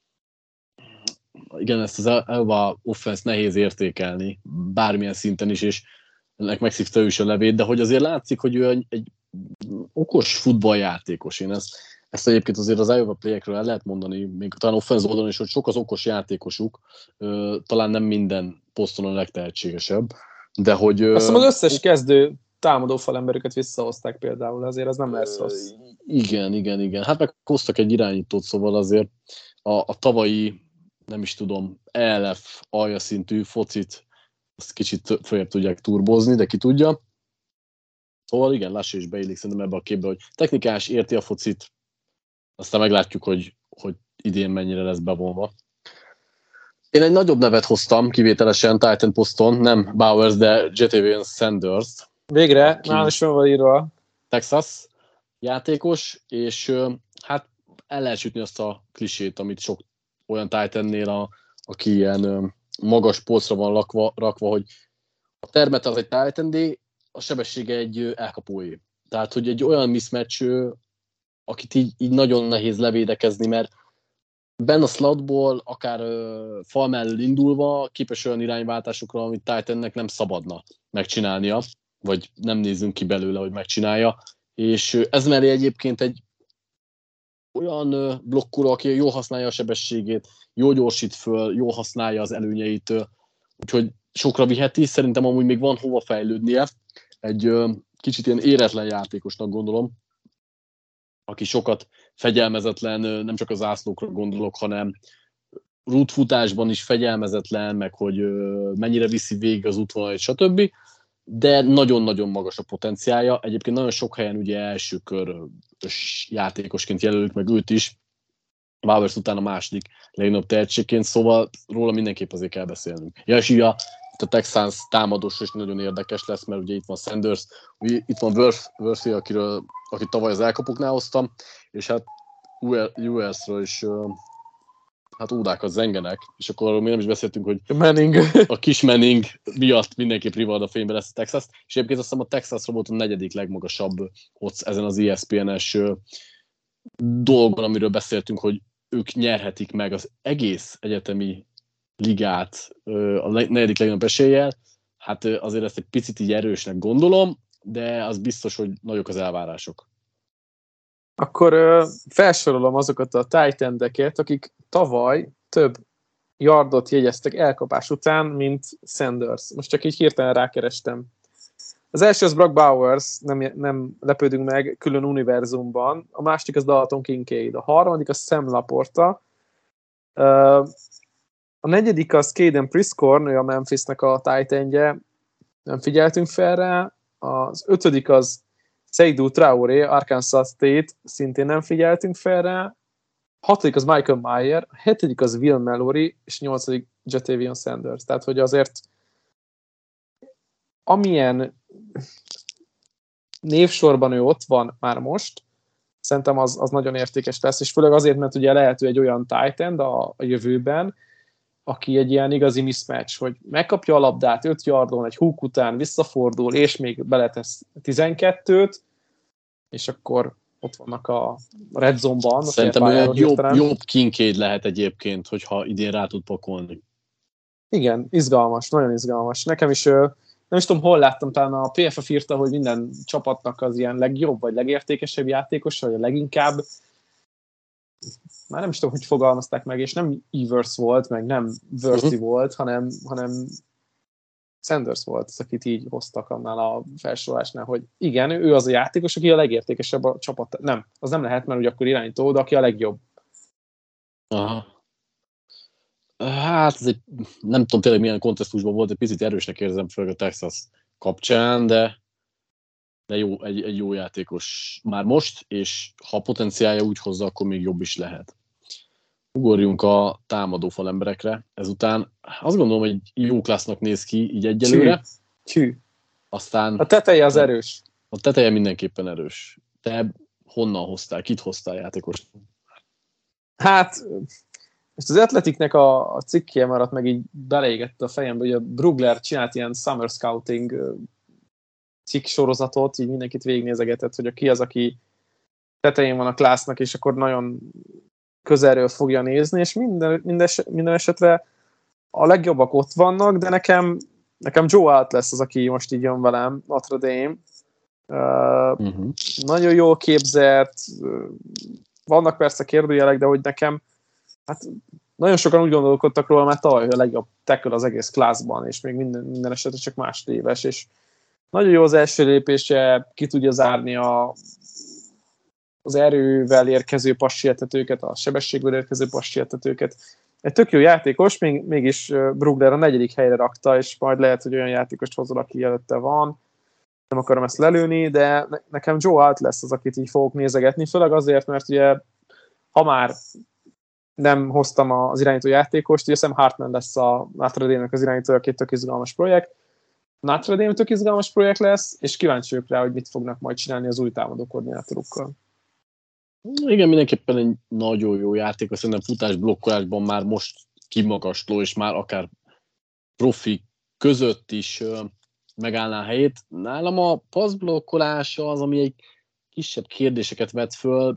igen, ezt az Elva offense nehéz értékelni, bármilyen szinten is, és ennek megszívta ő is a levét, de hogy azért látszik, hogy ő egy, egy okos futballjátékos. Én ezt, ezt egyébként azért az Iowa Play-ekről el lehet mondani, még talán offense oldalon is, hogy sok az okos játékosuk, talán nem minden poszton a legtehetségesebb, de hogy... Azt hiszem, az összes kezdő támadó falemberüket visszahozták például, azért az nem lesz rossz. Igen, igen, igen. Hát meg hoztak egy irányítót, szóval azért a, a tavalyi, nem is tudom, é el ef alja szintű focit, azt kicsit följebb tudják turbozni, de ki tudja. Szóval igen, Lassie is beillik szerintem ebbe a képbe, hogy technikás, érti a focit, aztán meglátjuk, hogy, hogy idén mennyire lesz bevonva. Én egy nagyobb nevet hoztam, kivételesen Titan poszton, nem Bowers, de Jatavion Sanders. Végre, nálam is van írva. Texas játékos, és hát el lehet sütni azt a klisét, amit sok olyan Titannél, a, aki ilyen magas polcra van lakva, rakva, hogy a termet az egy Titan D, a sebessége egy elkapóé. Tehát, hogy egy olyan mismatch, akit így, így nagyon nehéz levédekezni, mert benne a slotból, akár ö, fal mellől indulva képes olyan irányváltásokra, amit Titannek nem szabadna megcsinálnia, vagy nem nézzünk ki belőle, hogy megcsinálja. És ö, ez mellé egyébként egy olyan ö, blokkoló, aki jól használja a sebességét, jól gyorsít föl, jól használja az előnyeit, ö, úgyhogy sokra viheti. Szerintem amúgy még van hova fejlődnie. Egy ö, kicsit ilyen éretlen játékosnak gondolom, aki sokat fegyelmezetlen, nem csak az ászlókra gondolok, hanem rútfutásban is fegyelmezetlen, meg hogy mennyire viszi végig az útvonalat, stb. De nagyon-nagyon magas a potenciálja. Egyébként nagyon sok helyen ugye első körös játékosként jelölik meg őt is, Bowers után a második legnagyobb tehetségként, szóval róla mindenképp azért kell beszélnünk. Ja, és ugye a, a Texans támadós is nagyon érdekes lesz, mert ugye itt van Sanders, itt van Worthy, akiről, akit tavaly az elkapoknál hoztam, és hát u es-ről is hát ódákat zengenek, és akkor arról még nem is beszéltünk, hogy Manning. A kis Manning miatt mindenképp rivalda fényben lesz a Texas, és egyébként azt hiszem a Texasra volt a negyedik legmagasabb ott ezen az E S P N-es dolgon, amiről beszéltünk, hogy ők nyerhetik meg az egész egyetemi ligát a negyedik legnagyobb eséllyel. Hát azért ezt egy picit így erősnek gondolom, de az biztos, hogy nagyok az elvárások. Akkor uh, felsorolom azokat a tight endeket, akik tavaly több yardot jegyeztek elkapás után, mint Sanders. Most csak így hirtelen rákerestem. Az első az Brock Bowers, nem, nem lepődünk meg, külön univerzumban. A második az Dalton Kincaid. A harmadik az Sam Laporta. Uh, a negyedik az Caden Priscorn, ő a Memphisnek a tight endje. Nem figyeltünk fel rá. Az ötödik az Seydou Traoré, Arkansas State, szintén nem figyeltünk fel rá. A hatodik az Michael Mayer, a hetedik az Will Mallory, és a nyolcadik Jatavion Sanders. Tehát, hogy azért amilyen névsorban ő ott van már most, szerintem az, az nagyon értékes lesz, és főleg azért, mert ugye lehető egy olyan tight end a, a jövőben, aki egy ilyen igazi mismatch, hogy megkapja a labdát öt yardon, egy húk után visszafordul, és még beletesz tizenkettőt, és akkor ott vannak a red zone-ban. Szerintem olyan jobb, jobb Kincaid lehet egyébként, hogyha idén rá tud pakolni. Igen, izgalmas, nagyon izgalmas. Nekem is, nem is tudom, hol láttam, talán a pé ef ef írta, hogy minden csapatnak az ilyen legjobb, vagy legértékesebb játékos, vagy a leginkább. Már nem is tudom, hogy fogalmazták meg, és nem Evers volt, meg nem Worthy uh-huh. volt, hanem, hanem Sanders volt az, akit így hoztak annál a felsorolásnál, hogy igen, ő az a játékos, aki a legértékesebb a csapat. Nem, az nem lehet, mert ugye akkor irányító, de aki a legjobb. Aha. Hát ez egy, nem tudom tényleg milyen kontextusban volt, egy picit erősnek érzem főleg a Texas kapcsán, de, de jó, egy, egy jó játékos már most, és ha a potenciálja úgy hozza, akkor még jobb is lehet. ugorjunk a támadó falemberekre. Ezután azt gondolom, hogy jó klassznak néz ki így egyelőre. Csű. Csű. Aztán a teteje az erős. A teteje mindenképpen erős. Te honnan hoztál? Kit hoztál játékost? Hát, most az Athleticnek a, a cikkje maradt meg így beleégett a fejembe, hogy a Brugler csinált ilyen summer scouting cikk sorozatot, így mindenkit végignézegetett, hogy ki az, aki tetején van a klásznak, és akkor nagyon közelről fogja nézni, és minden, minden, minden esetre a legjobbak ott vannak, de nekem, nekem Joe Alt lesz az, aki most így jön velem, Notre Dame. Uh, uh-huh. Nagyon jól képzett, vannak persze kérdőjelek, de hogy nekem, hát nagyon sokan úgy gondolkodtak róla, mert tavaly a legjobb tackle az egész klászban, és még minden, minden esetre csak másodéves, és nagyon jó az első lépése, ki tudja zárni a, az erővel érkező passértetőket, a sebességből érkező passértetőket. Egy tök jó játékos, még, mégis Brugler a negyedik helyre rakta, és majd lehet, hogy olyan játékost hozol, aki előtte van. Nem akarom ezt lelőni, de nekem Joe Alt lesz az, akit így fogok nézegetni, főleg azért, mert ugye, ha már nem hoztam az irányító játékost, ugye Sam Hartman lesz a Notre Dame-nek az irányítója, két tök izgalmas projekt. Notre Dame tök izgalmas projekt lesz, és kíváncsi vagyok rá, hogy mit fognak majd csinálni az új támadó koordinátorukkal. Igen, mindenképpen egy nagyon jó játék, szerintem futás blokkolásban már most kimagasló, és már akár profi között is megállná a helyét. Nálam a passzblokkolása az, ami egy kisebb kérdéseket vet föl.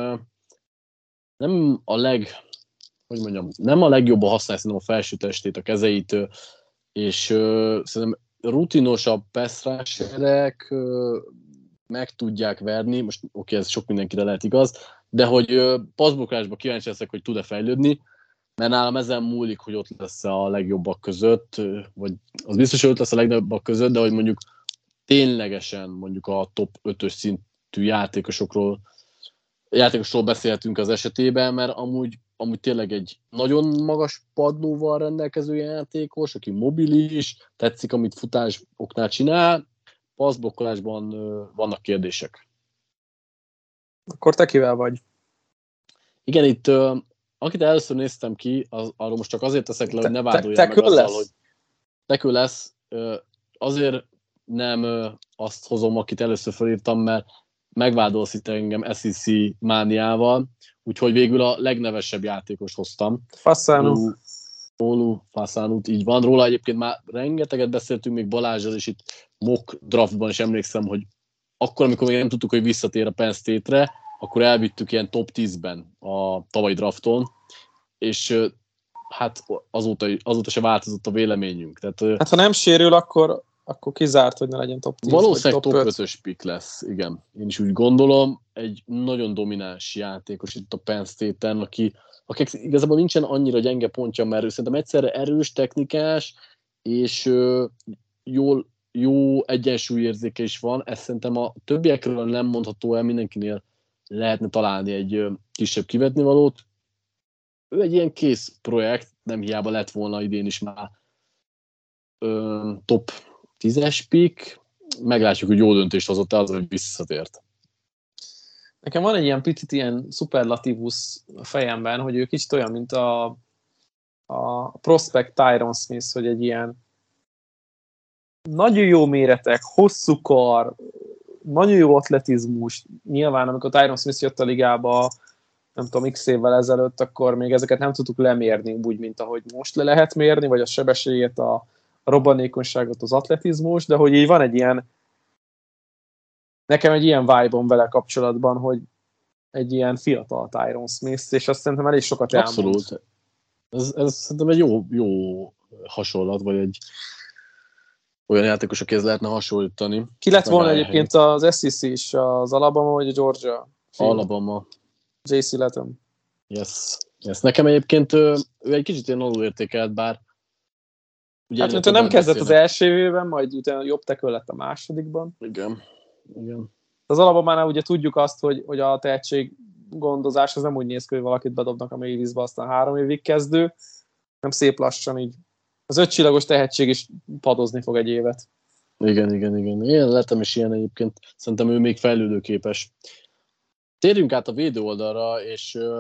Nem a leg, hogy mondjam, nem a legjobb a használni, szerintem a felső testét, a kezeit, és szerintem rutinosabb pass-rusherek meg tudják verni, most oké, okay, ez sok mindenkire lehet igaz, de hogy passzblokkolásban kíváncsi leszek, hogy tud-e fejlődni, mert nálam ezen múlik, hogy ott lesz a legjobbak között, vagy az biztos, hogy ott lesz a legjobbak között, de hogy mondjuk ténylegesen mondjuk a top ötös szintű játékosokról játékosról beszélhetünk az esetében, mert amúgy, amúgy tényleg egy nagyon magas padlóval rendelkező játékos, aki mobilis, tetszik, amit futásoknál csinál, passzblokkolásban vannak kérdések. Akkor te kivel vagy? Igen, itt akit először néztem ki, az, arról most csak azért teszek le, te, hogy ne vádoljál te, meg azzal, lesz? hogy tekő lesz. Azért nem azt hozom, akit először felírtam, mert megvádolsz itt engem es e cé mániával, úgyhogy végül a legnevesebb játékost hoztam. Fassánu. Olu Fassanut, így van. Róla egyébként már rengeteget beszéltünk még Balázsral, és itt mock draftban is emlékszem, hogy akkor, amikor még nem tudtuk, hogy visszatér a Penn State-re, akkor elvittük ilyen top tízben a tavalyi drafton, és hát azóta, azóta se változott a véleményünk. Tehát, hát ha nem sérül, akkor, akkor kizárt, hogy ne legyen top tíz. Valószínűleg top, top ötös pick lesz, igen. Én is úgy gondolom, egy nagyon domináns játékos itt a Penn State-en, aki, akik igazából nincsen annyira gyenge pontja, mert ő szerintem egyszerre erős, technikás, és ö, jól, jó egyensúlyérzéke is van. Ezt szerintem a többiekről nem mondható el, mindenkinél lehetne találni egy ö, kisebb kivetnivalót. Ő egy ilyen kész projekt, nem hiába lett volna idén is már ö, top tízes pick, meglátjuk, hogy jó döntést hozott az, hogy visszatért. Nekem van egy ilyen picit ilyen superlatívus a fejemben, hogy ő kicsit olyan, mint a, a prospect Tyron Smith, hogy egy ilyen nagyon jó méretek, hosszú kar, nagyon jó atletizmus. Nyilván, amikor Tyron Smith jött a ligába, nem tudom, x évvel ezelőtt, akkor még ezeket nem tudtuk lemérni, úgy, mint ahogy most le lehet mérni, vagy a sebességet, a, a robbanékonyságot, az atletizmus, de hogy így van egy ilyen, nekem egy ilyen vibe-om vele kapcsolatban, hogy egy ilyen fiatal Tyron Smith, és azt szerintem elég sokat elmond. Abszolút. Ez, ez szerintem egy jó, jó hasonlat, vagy egy olyan játékos, akihez lehetne hasonlítani. Ki lett volna egyébként az es e cé is, az Alabama vagy a Georgia? Alabama. jé cé Latham. Yes. yes. Nekem egyébként ő, ő egy kicsit ilyen alulértékelt, bár ugye hát, mint nem kezdett beszélnek. Az első évben, majd utána jobb tekő lett a másodikban. Igen. Igen. Az Alabamánál ugye tudjuk azt, hogy, hogy a tehetség gondozás az nem úgy néz ki, hogy valakit bedobnak a mély vízbe, aztán három évig kezdő, nem szép lassan így. Az ötcsillagos tehetség is padozni fog egy évet. Igen, igen, igen. Én lettem is ilyen egyébként. Szerintem ő még fejlődőképes. Térjünk át a védő oldalra, és uh,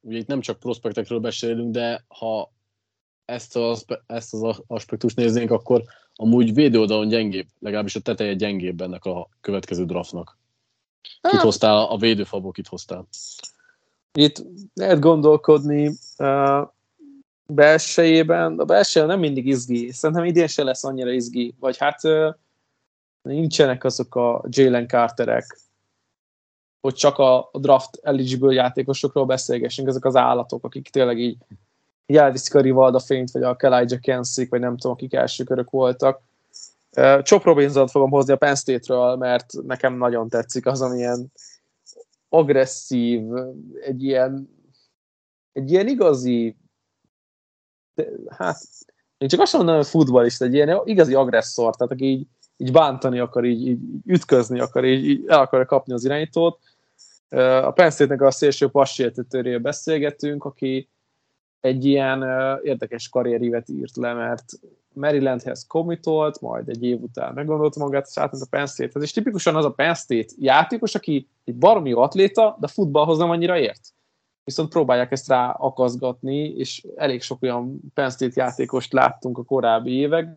ugye itt nem csak prospektekről beszélünk, de ha ezt az, ezt az aspektust néznénk, akkor amúgy védőoldalon gyengébb, legalábbis a teteje gyengébb ennek a következő draftnak. Kit hoztál, a védőfalból kit hoztál? Itt lehet gondolkodni uh, belsejében, a belseje nem mindig izgi, szerintem idén se lesz annyira izgi, vagy hát uh, nincsenek azok a Jalen Carterek, hogy csak a draft eligible játékosokról beszélgessünk, ezek az állatok, akik tényleg így, így elviszik a Rivalda fényt, vagy a Elijah Kensick, vagy nem tudom, akik első körök voltak. Uh, Chop Robinsont fogom hozni a Penn State-ről, mert nekem nagyon tetszik az, amilyen agresszív, egy ilyen, egy ilyen igazi, de, hát én csak azt mondom, hogy futballista, egy ilyen igazi agresszor, tehát aki így, így bántani akar, így, így ütközni akar, így, így el akarja kapni az irányítót. A Penn State-nek a szélső passértetőről beszélgetünk, aki egy ilyen érdekes karrierívet írt le, mert Marylandhez commitolt, majd egy év után meggondolta magát, és átment a Penn State-hez. És tipikusan az a Penn State játékos, aki egy baromi jó atléta, de futballhoz nem annyira ért. Viszont próbálják ezt rá akaszgatni, és elég sok olyan Penn State játékost láttunk a korábbi években,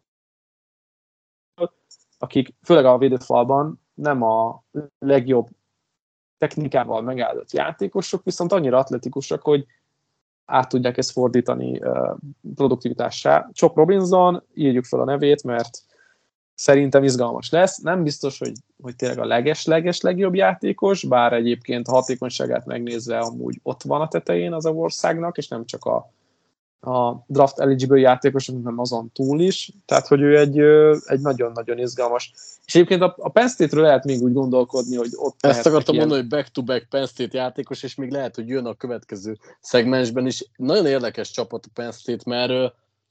akik főleg a védőfalban nem a legjobb technikával megáldott játékosok, viszont annyira atletikusak, hogy át tudják ezt fordítani uh, produktivitássá. Chop Robinson, írjuk fel a nevét, mert szerintem izgalmas lesz. Nem biztos, hogy, hogy tényleg a leges-leges legjobb játékos, bár egyébként a hatékonyságát megnézve amúgy ott van a tetején az a országnak, és nem csak a, a draft eligible játékos, hanem azon túl is. Tehát, hogy ő egy, egy nagyon-nagyon izgalmas. És egyébként a, a Penn State-ről lehet még úgy gondolkodni, hogy ott ezt akartam ilyen... mondani, hogy back-to-back Penn State játékos, és még lehet, hogy jön a következő szegmensben is. Nagyon érdekes csapat a Penn State, mert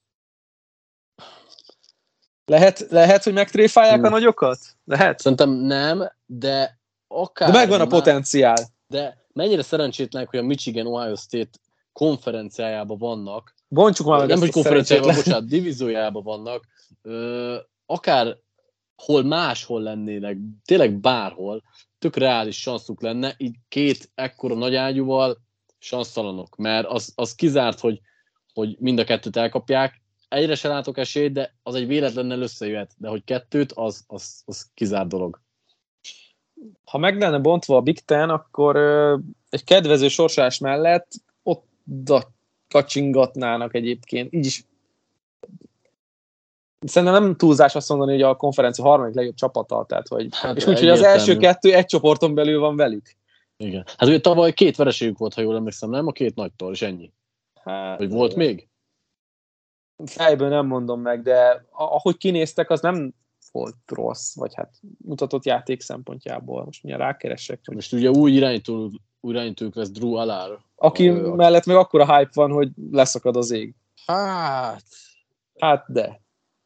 lehet, lehet, hogy megtréfálják hmm. a nagyokat? Lehet? Szerintem nem, de akár... De megvan a potenciál. De mennyire szerencsétlenek, hogy a Michigan Ohio State konferenciájában vannak. Bontsuk már meg nem, hogy konferenciájában, bocsánat, divíziójában vannak. Ö, akár hol máshol lennének, tényleg bárhol, tök reális sanszuk lenne, így két ekkora nagyágyúval sansztalanok, mert az, az kizárt, hogy, hogy mind a kettőt elkapják. Egyre se látok esélyt, de az egy véletlennel összejöhet, de hogy kettőt, az, az, az kizárt dolog. Ha meg lenne bontva a Big Ten, akkor ö, egy kedvező sorsás mellett ott kacsingatnának egyébként. Így is szerintem nem túlzás azt mondani, hogy a konferencia harmadik legjobb csapata, tehát hogy hát és úgyhogy az első kettő egy csoporton belül van velük. Igen. Hát ugye tavaly két vereségük volt, ha jól emlékszem, nem? A két nagytól, és ennyi. Hát, vagy volt még? Fejből nem mondom meg, de ahogy kinéztek, az nem volt rossz, vagy hát mutatott játék szempontjából. Most mindjárt rákeresek. Hogy... Most ugye új irányító, új irányítók lesz Drew Allard. Aki a, mellett meg akkora hype van, hogy leszakad az ég. Hát... Hát de...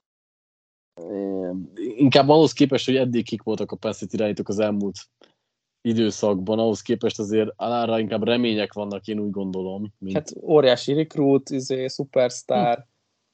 Inkább ahhoz képest, hogy eddig kik voltak a Penn State irányítók az elmúlt időszakban, ahhoz képest azért Alárra inkább remények vannak, én úgy gondolom. Mint... Hát óriási recruit, izé, szupersztár. Hm.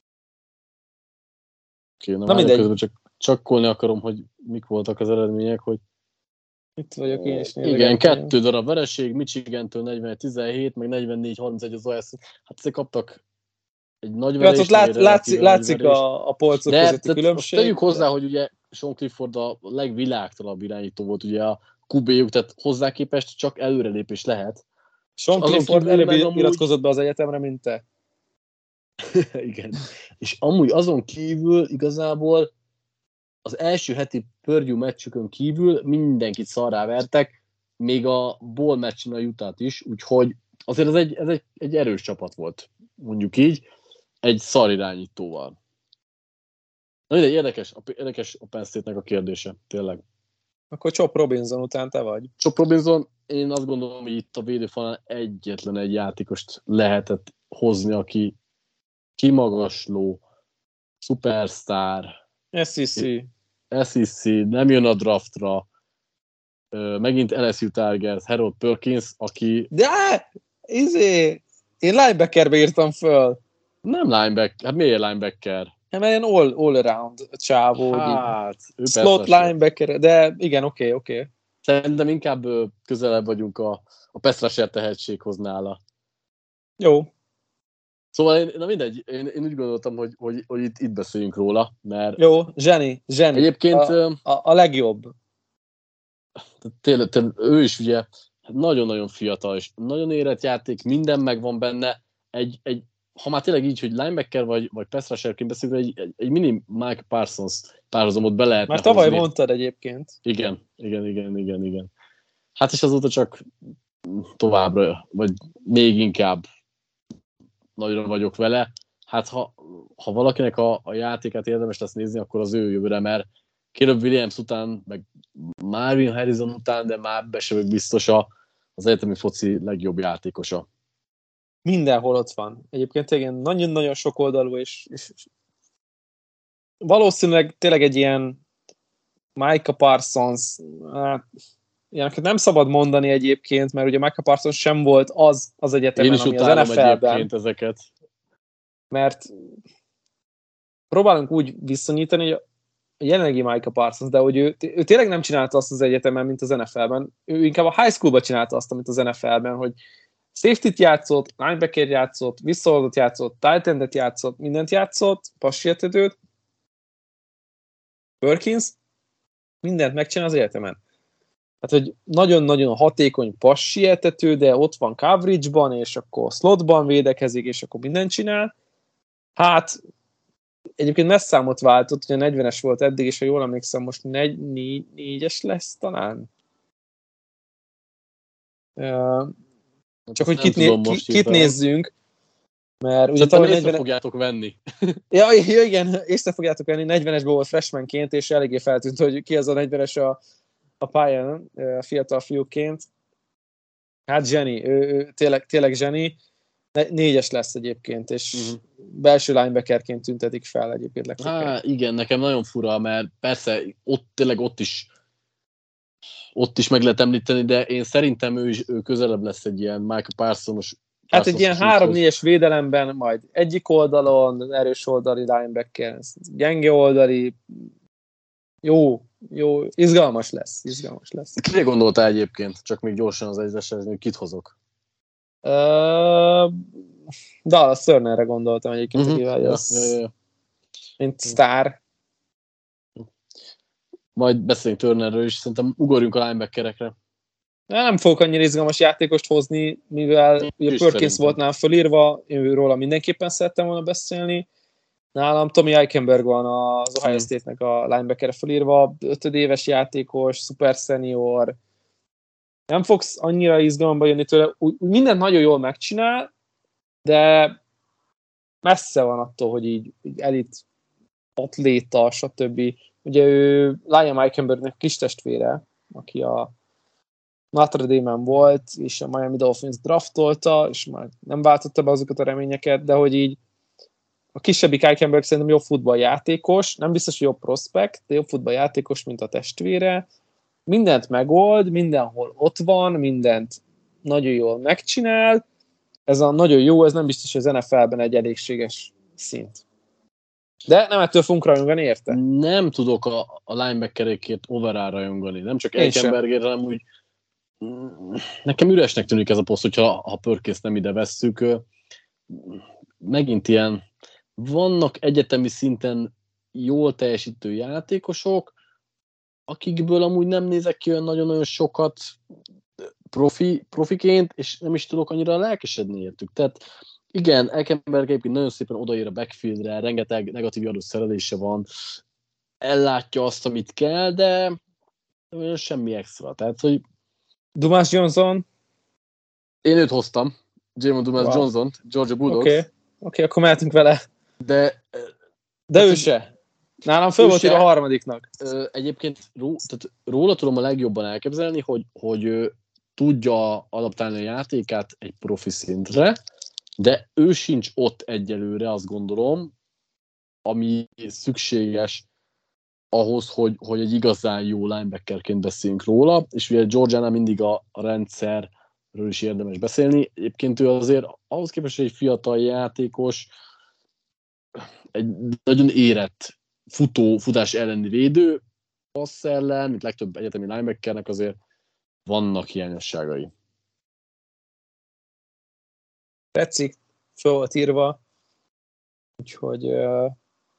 Okay, na, na mindegy. Csak csakkolni akarom, hogy mik voltak az eredmények, hogy itt vagyok én is. Igen, kettő darab vereség, Michigantől negyven tizenhét, meg negyvennégy harmincegy az o es. Hát ezek kaptak egy nagy verést. Hát lát, látszik, látszik a, a polcok de, közötti különbség. Tegyük hozzá, hogy ugye Sean Clifford a legvilágtalanabb irányító volt, ugye a kú bé-juk, tehát hozzá képest csak előrelépés lehet. Sean Clifford előbb amúgy... iratkozott be az egyetemre, mint te. Igen. És amúgy azon kívül igazából az első heti Purdue meccsükön kívül mindenkit szarrá vertek, még a bowl meccsen a Utah-t is, úgyhogy azért ez egy, ez egy, egy erős csapat volt, mondjuk így, egy szar irányítóval. Na ide, érdekes, érdekes a Penn State-nek a kérdése, tényleg. Akkor Chop Robinson után te vagy. Chop Robinson, én azt gondolom, hogy itt a védőfalán egyetlen egy játékost lehetett hozni, aki kimagasló, szupersztár, es e cé. es e cé, nem jön a draftra, megint el es u Tigers, Harold Perkins, aki... De, izé, én linebackerbe írtam föl. Nem linebacker, hát miért linebacker? Hát mert ilyen all, all around csávó. Hát, ő slot linebacker, de igen, oké, okay, oké. Okay. Szerintem inkább közelebb vagyunk a, a pass rusher tehetséghoz nála. Jó. Szóval én, na mindegy, én, én úgy gondoltam, hogy, hogy, hogy itt, itt beszéljünk róla, mert... Jó, zseni, zseni. Egyébként... A, a, a legjobb. Tényleg, tényleg, ő is ugye nagyon-nagyon fiatal, és nagyon érett játék, minden megvan benne. Egy, egy, ha már tényleg így, hogy linebacker vagy, vagy pass rusherként beszélünk, egy, egy, egy mini Mike Parsons párhuzamot be lehetne Már tavaly hozni. mondtad egyébként. Igen, igen, igen, igen, igen. Hát és azóta csak továbbra, vagy még inkább nagyra vagyok vele. Hát ha, ha valakinek a, a játékát érdemes lesz nézni, akkor az ő jövőre, mert Caleb Williams után, meg Marvin Harrison után, de már be sem biztos az egyetemi foci legjobb játékosa. Mindenhol ott van. Egyébként igen, nagyon-nagyon sok oldalú, és, és valószínűleg tényleg egy ilyen Micah Parsons, hát, ilyeneket nem szabad mondani egyébként, mert ugye Micah Parsons sem volt az az egyetemen, Én is ami az utálom en ef el-ben. Egyébként ezeket. Mert próbálunk úgy viszonyítani, hogy a jelenlegi Micah Parsons, de hogy ő, ő tényleg nem csinálta azt az egyetemen, mint az en ef el-ben. Ő inkább a high schoolban csinálta azt, amit az en ef el-ben, hogy safety-t játszott, linebacker játszott, visszaoldott játszott, tight endet játszott, mindent játszott, passértetőt, Perkins, mindent megcsinál az egyetemen. Tehát, hogy nagyon-nagyon hatékony passértető, de ott van coverage-ban, és akkor slotban védekezik, és akkor mindent csinál. Hát, egyébként messz számot váltott, ugye negyvenes volt eddig, és ha jól emlékszem, most negy, négy, négyes lesz talán. Uh, csak hogy kit, né, ki, kit nézzünk, mert ugye tavaly negyven... észre fogjátok venni. Ja, ja, igen, észre fogjátok venni, negyvenesben volt freshmanként, és eléggé feltűnt, hogy ki az a negyvenes a, a pályán, a fiatal fiúként. Hát zseni, ő, ő tényleg, tényleg zseni. Négyes lesz egyébként, és uh-huh. belső linebackerként tüntetik fel egyébként legtöbbet. Há, igen, nekem nagyon fura, mert persze ott tényleg ott is ott is meg lehet említeni, de én szerintem ő, is, ő közelebb lesz egy ilyen Michael Parsons. Hát egy ilyen három-négyes védelemben, majd egyik oldalon, erős oldali linebacker, gyenge oldali, jó, jó, izgalmas lesz, izgalmas lesz. Kire gondoltál egyébként? Csak még gyorsan az egyesre, hogy kit hozok? Uh, Dallas Turnerre gondoltam egyébként, uh-huh. akivel ja, jössz, ja, ja. mint sztár. Majd beszéljünk Turnerről is, szerintem ugorjunk a linebackerekre. Nem fogok annyira izgalmas játékost hozni, mivel ugye Perkins volt nálam fölírva, én róla mindenképpen szerettem volna beszélni. Nálam Tommy Eichenberg van az Ohio State-nek a linebacker fölírva, ötödéves játékos, szuper senior. Nem fogsz annyira izgalomba jönni tőle, úgy, úgy mindent nagyon jól megcsinál, de messze van attól, hogy így, így elit atléta, stb. Ugye ő Liam Eichenbergnek kis testvére, aki a Notre Dame-en volt, és a Miami Dolphins draftolta, és már nem váltotta be azokat a reményeket, de hogy így a kisebbik Eichenberg szerintem jobb futballjátékos, nem biztos, hogy jobb prospekt, de jobb futballjátékos, mint a testvére. Mindent megold, mindenhol ott van, mindent nagyon jól megcsinál. Ez a nagyon jó, ez nem biztos, hogy az en ef el-ben egy elégséges szint. De nem ettől fogunk rajongani, érte? Nem tudok a, a linebackerekért overall rajongani. Nem csak Eichenbergért, hanem úgy nekem üresnek tűnik ez a poszt, hogyha ha Perkins nem ide vesszük. Megint ilyen vannak egyetemi szinten jól teljesítő játékosok, akikből amúgy nem nézek ki olyan nagyon-nagyon sokat profi, profiként, és nem is tudok annyira lelkesedni értük. Tehát igen, Eichenberg egyébként nagyon szépen odaér a backfieldre, rengeteg negatív adó szerelése van, ellátja azt, amit kell, de semmi extra. Tehát, hogy Dumas Johnson. Én őt hoztam, Jamon Dumas wow. Johnson-t, Georgia Bulldogs. Oké, okay. okay, akkor mehetünk vele. De, de ő se. Nálam föl volt a harmadiknak. Egyébként ró, tehát róla tudom a legjobban elképzelni, hogy, hogy ő tudja adaptálni a játékát egy profi szintre, de ő sincs ott egyelőre, azt gondolom, ami szükséges ahhoz, hogy, hogy egy igazán jó linebackerként beszéljünk róla, és ugye Georgiánál mindig a, a rendszerről is érdemes beszélni. Egyébként ő azért ahhoz képest, hogy egy fiatal játékos, egy nagyon érett futó, futás elleni védő, passz ellen, mint legtöbb egyetemi linebackernek azért vannak hiányosságai. tetszik, föl volt írva, úgyhogy uh,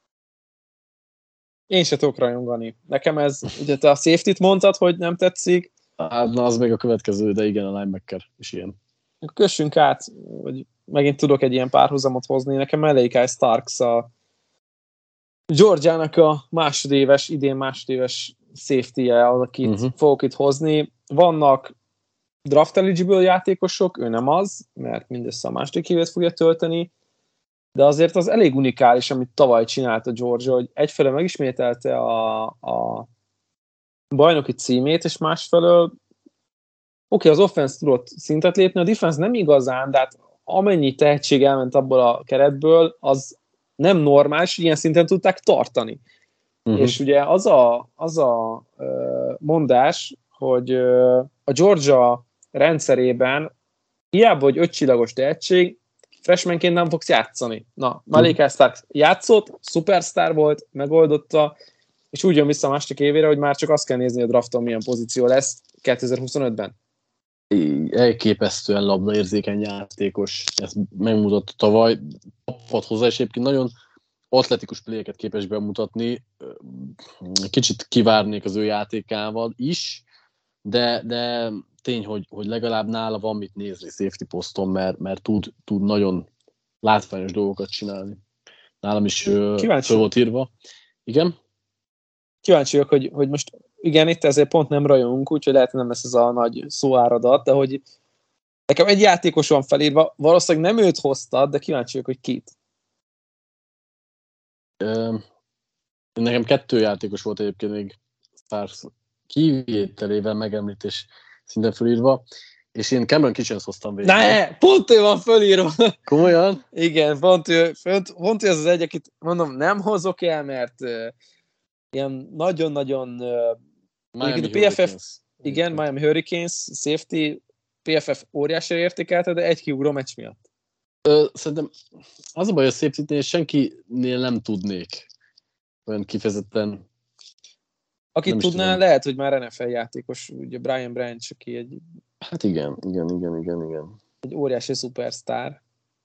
én se tudok rajongani. Nekem ez, ugye te a safety-t mondtad, hogy nem tetszik. Hát na, az még a következő, de igen, a linebacker is ilyen. Kössünk át, hogy megint tudok egy ilyen párhuzamot hozni. Nekem Malachi Starks a Georgiának a másodéves, idén másodéves safety-je, az, akit uh-huh. fogok itt hozni. Vannak draft eligible játékosok, ő nem az, mert mindössze a második évet fogja tölteni, de azért az elég unikális, amit tavaly csinált a Georgia, hogy egyfelől megismételte a, a bajnoki címét, és másfelől oké, okay, az offense tudott szintet lépni, a defense nem igazán, de hát amennyi tehetség elment abból a keretből, az nem normális, ilyen szinten tudták tartani. Uh-huh. És ugye az a, az a uh, mondás, hogy uh, a Georgia rendszerében hiába, hogy ötcsillagos tehetség, freshmanként nem fogsz játszani. Na, Malachi Starks játszott, szupersztár volt, megoldotta, és úgy jön vissza a második évére, hogy már csak azt kell nézni, a drafton milyen pozíció lesz kétezer-huszonötben. Elképesztően labdaérzékeny játékos, ezt megmutatta tavaly, kapott hozzá, és egyébként nagyon atletikus playeket képes bemutatni, kicsit kivárnék az ő játékával is, de, de tény, hogy, hogy legalább nála van mit nézni safety poszton, mert, mert tud, tud nagyon látványos dolgokat csinálni. Nálam is föl volt írva. Igen? Kíváncsi vagyok, hogy, hogy most igen, itt ezért pont nem rajongunk, úgyhogy lehet, nem lesz ez a nagy szóáradat, de hogy nekem egy játékos van felírva, valószínűleg nem őt hoztad, de kíváncsi vagyok, hogy kit. Ö, nekem kettő játékos volt egyébként még Stars kivételével megemlítés szinten felírva, és én Cameron Kitchens hoztam végül. Ne, pont ő van felírva. Komolyan? Igen, pont ő, pont, pont ő az az egy, akit mondom, nem hozok el, mert uh, ilyen nagyon-nagyon uh, Miami a pé ef ef, Hurricanes. igen, Miami Hurricanes, safety, pé ef ef óriási értékelte, de egy kiugró meccs miatt. Ö, szerintem az a baj, hogy a safety-nél senkinél nem tudnék olyan kifejezetten. Akit tudná, tudom. Lehet, hogy már en ef el játékos, ugye Brian Branch, aki egy... Hát igen, igen, igen, igen, igen. Egy óriási szupersztár.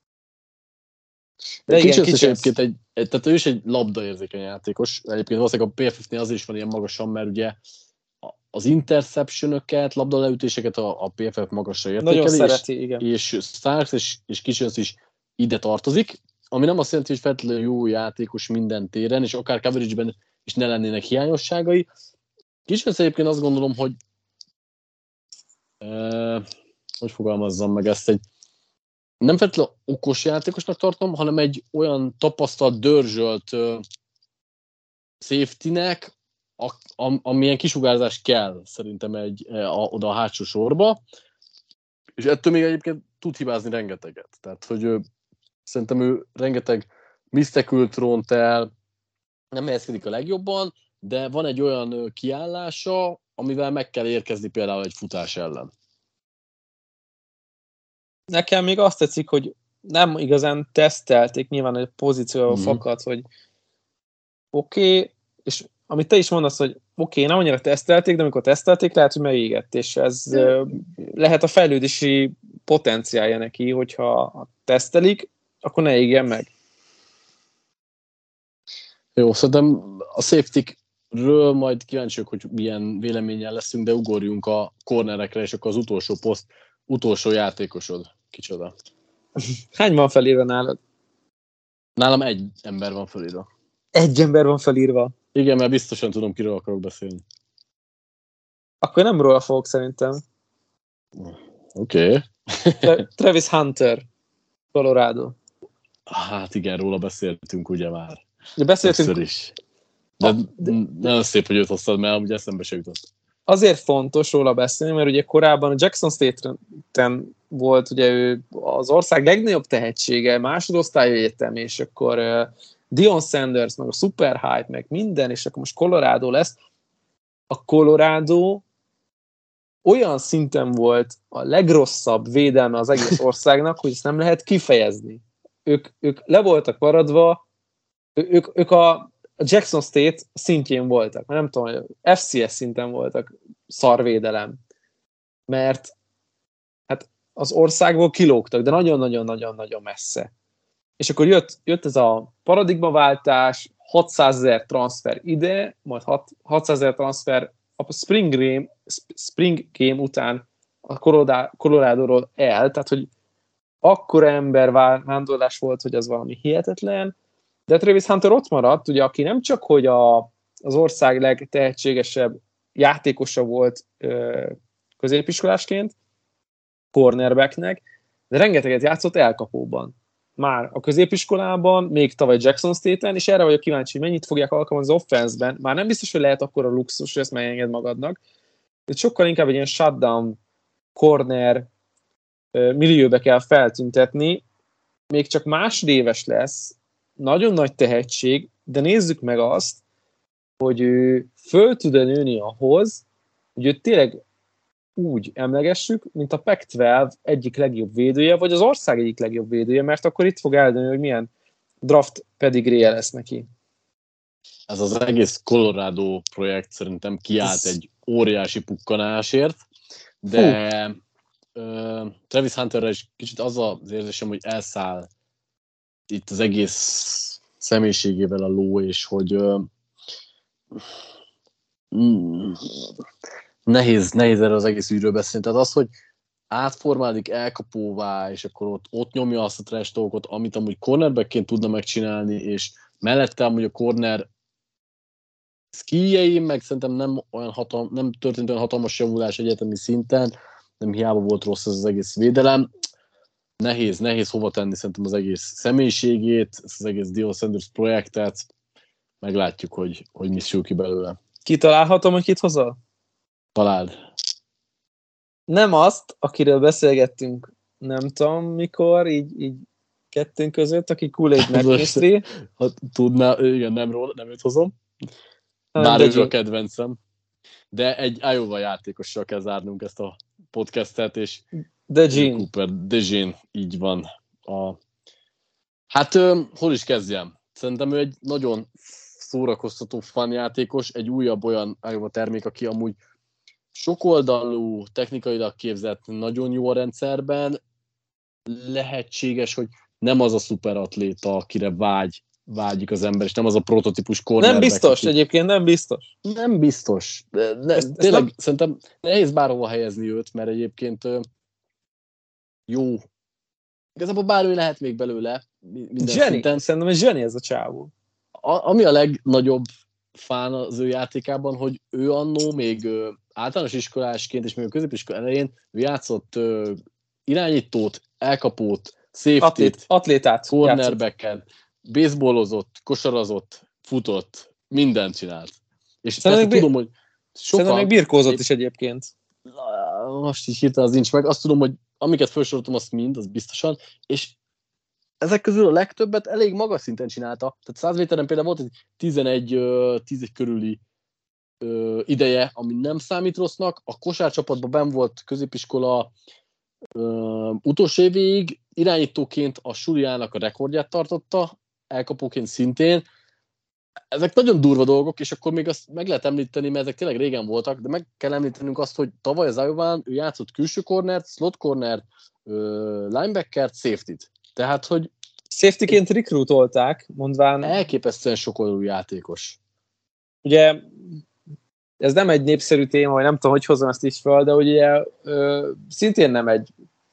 De igen, Kitchens egyébként egy, egy, tehát ő is egy labdaérzékeny játékos. Egyébként valószínűleg a pé ef ef-nél azért is van ilyen magasan, mert ugye az interception-öket, labdaleütéseket a, a pé ef ef magasra értékeli. Nagyon szereti, igen. És Starks és, és Kitchens is ide tartozik, ami nem azt jelenti, hogy feltétlenül jó játékos minden téren, és akár coverage-ben is ne lennének hiányosságai. Kitchens egyébként azt gondolom, hogy eh, hogy fogalmazzam meg ezt, egy nem feltétlenül okos játékosnak tartom, hanem egy olyan tapasztalt, dörzsölt uh, safety-nek, a, a, amilyen kisugárzás kell szerintem egy, a, oda a hátsó sorba, és ettől még egyébként tud hibázni rengeteget. Tehát, hogy ő, szerintem ő rengeteg misztekült ront el, nem helyezkedik a legjobban, de van egy olyan kiállása, amivel meg kell érkezni például egy futás ellen. Nekem még azt tetszik, hogy nem igazán tesztelték, nyilván egy pozícióval mm-hmm. fakad, hogy oké, okay, és amit te is mondasz, hogy oké, okay, nem annyira tesztelték, de amikor tesztelték, lehet, hogy megégett, és ez mm. lehet a fejlődési potenciálja neki, hogyha tesztelik, akkor ne égjen meg. Jó, szerintem a safety-ről majd kíváncsiak, hogy milyen véleménnyel leszünk, de ugorjunk a cornerekre, és akkor az utolsó poszt, utolsó játékosod. Kicsoda? Hány van felírva nálad? Nálam egy ember van felírva. Egy ember van felírva? Igen, mert biztosan tudom, kiről akarok beszélni. Akkor nem róla fogok szerintem. Oké. Okay. Tra- Travis Hunter, Colorado. Hát igen, róla beszéltünk ugye már. Ja, beszéltünk. Többször is. De, a, de nagyon szép, hogy őt hoztad, mert amúgy eszembe se jutott. Azért fontos róla beszélni, mert ugye korábban a Jackson State-en volt ugye ő az ország legnagyobb tehetsége, másodosztályú egyetem, és akkor uh, Deion Sanders, meg a Super Hype, meg minden, és akkor most Colorado lesz. A Colorado olyan szinten volt a legrosszabb védelme az egész országnak, hogy ezt nem lehet kifejezni. Ők, ők le voltak maradva, ők, ők a Jackson State szintjén voltak, nem tudom, ef cé es szinten voltak szarvédelem. Mert hát az országból kilógtak, de nagyon-nagyon-nagyon-nagyon messze. És akkor jött, jött ez a paradigmaváltás, hatszázezer transfer ide, majd hatszázezer transfer a Spring Game, Spring Game után a Colorado-ról el, tehát hogy akkora ember vándorlás volt, hogy az valami hihetetlen, de Travis Hunter ott maradt, ugye, aki nem csak, hogy a, az ország legtehetségesebb játékosa volt ö, középiskolásként, cornerbacknek, de rengeteget játszott elkapóban. Már a középiskolában, még tavaly Jackson State-en, és erre vagyok kíváncsi, hogy mennyit fogják alkalmazni az offense-ben. Már nem biztos, hogy lehet akkor a luxus, hogy ezt megenged magadnak. De sokkal inkább egy ilyen shutdown, corner millióbe kell feltüntetni. Még csak másodéves lesz, nagyon nagy tehetség, de nézzük meg azt, hogy ő föl tud-e nőni ahhoz, hogy ő tényleg úgy emlegessük, mint a Pac tizenkettő egyik legjobb védője, vagy az ország egyik legjobb védője, mert akkor itt fog eldönni, hogy milyen draft pedigréje lesz neki. Ez az egész Colorado projekt szerintem kiállt ez... egy óriási pukkanásért, de uh, Travis Hunterre is kicsit az az érzésem, hogy elszáll itt az egész személyiségével a ló, és hogy uh, mm, Nehéz, nehéz erre az egész ügyről beszélni. Tehát az, hogy átformálódik elkapóvá, és akkor ott, ott nyomja azt a trash talkot, amit amúgy cornerbackként tudna megcsinálni, és mellette amúgy a corner skilljeim, meg szerintem nem, olyan hatal, nem történt olyan hatalmas javulás egyetemi szinten, nem hiába volt rossz ez az egész védelem. Nehéz, nehéz hova tenni szerintem az egész személyiségét, ezt az egész Deion Sanders projektet. Meglátjuk, hogy, hogy mi sül ki belőle. Kitalálhatom, hogy kit hozol? Találd. Nem azt, akiről beszélgettünk, nem tudom mikor, így, így kettőnk között, aki Kool-Aid McKinstry. Ha tudná, igen, nem róla, nem őt hozom. Bár ő a kedvencem. De egy Iowa játékossal kell zárnunk ezt a podcastet, és DeJean. Cooper, DeJean, így van. A... Hát, ö, hol is kezdjem? Szerintem ő egy nagyon szórakoztató fun játékos, egy újabb olyan Iowa termék, aki amúgy sokoldalú, technikailag képzett, nagyon jó a rendszerben, lehetséges, hogy nem az a szuperatléta, akire vágy, vágyik az ember, és nem az a prototípus cornerback. Nem biztos, aki... egyébként nem biztos. Nem biztos. De, de, ezt, tényleg ezt nem... szerintem nehéz bárhova helyezni őt, mert egyébként jó. Igazából bármi lehet még belőle. Minden zseni. Szinten. Szerintem egy zseni ez a csávó. A, ami a legnagyobb fán az ő játékában, hogy ő annó még ö, általános iskolásként és még a középiskola elején ő játszott ö, irányítót, elkapót, safety-t, Atlét, atlétát, cornerbacket, baseballozott, kosarazott, futott, mindent csinált. És szerintem persze tudom, hogy sokan... Szerintem még birkózott is egyébként. Most is hirtelen az nincs meg. Azt tudom, hogy amiket felsoroltam, azt mind, az biztosan, és ezek közül a legtöbbet elég magas szinten csinálta. Tehát száz méteren például volt egy tizenegy, tíz körüli ö, ideje, ami nem számít rossznak. A kosárcsapatban benn volt középiskola ö, utolsó évig, irányítóként a suliának a rekordját tartotta, elkapóként szintén. Ezek nagyon durva dolgok, és akkor még azt meg lehet említeni, mert ezek tényleg régen voltak, de meg kell említenünk azt, hogy tavaly az Iowán ő játszott külső cornert, slot cornert, linebackert, safety-t. Tehát, hogy safety-ként recruitolták, mondván... Elképesztően sokoldalú játékos. Ugye, ez nem egy népszerű téma, vagy nem tudom, hogy hozzam ezt is fel, de ugye ö, szintén nem egy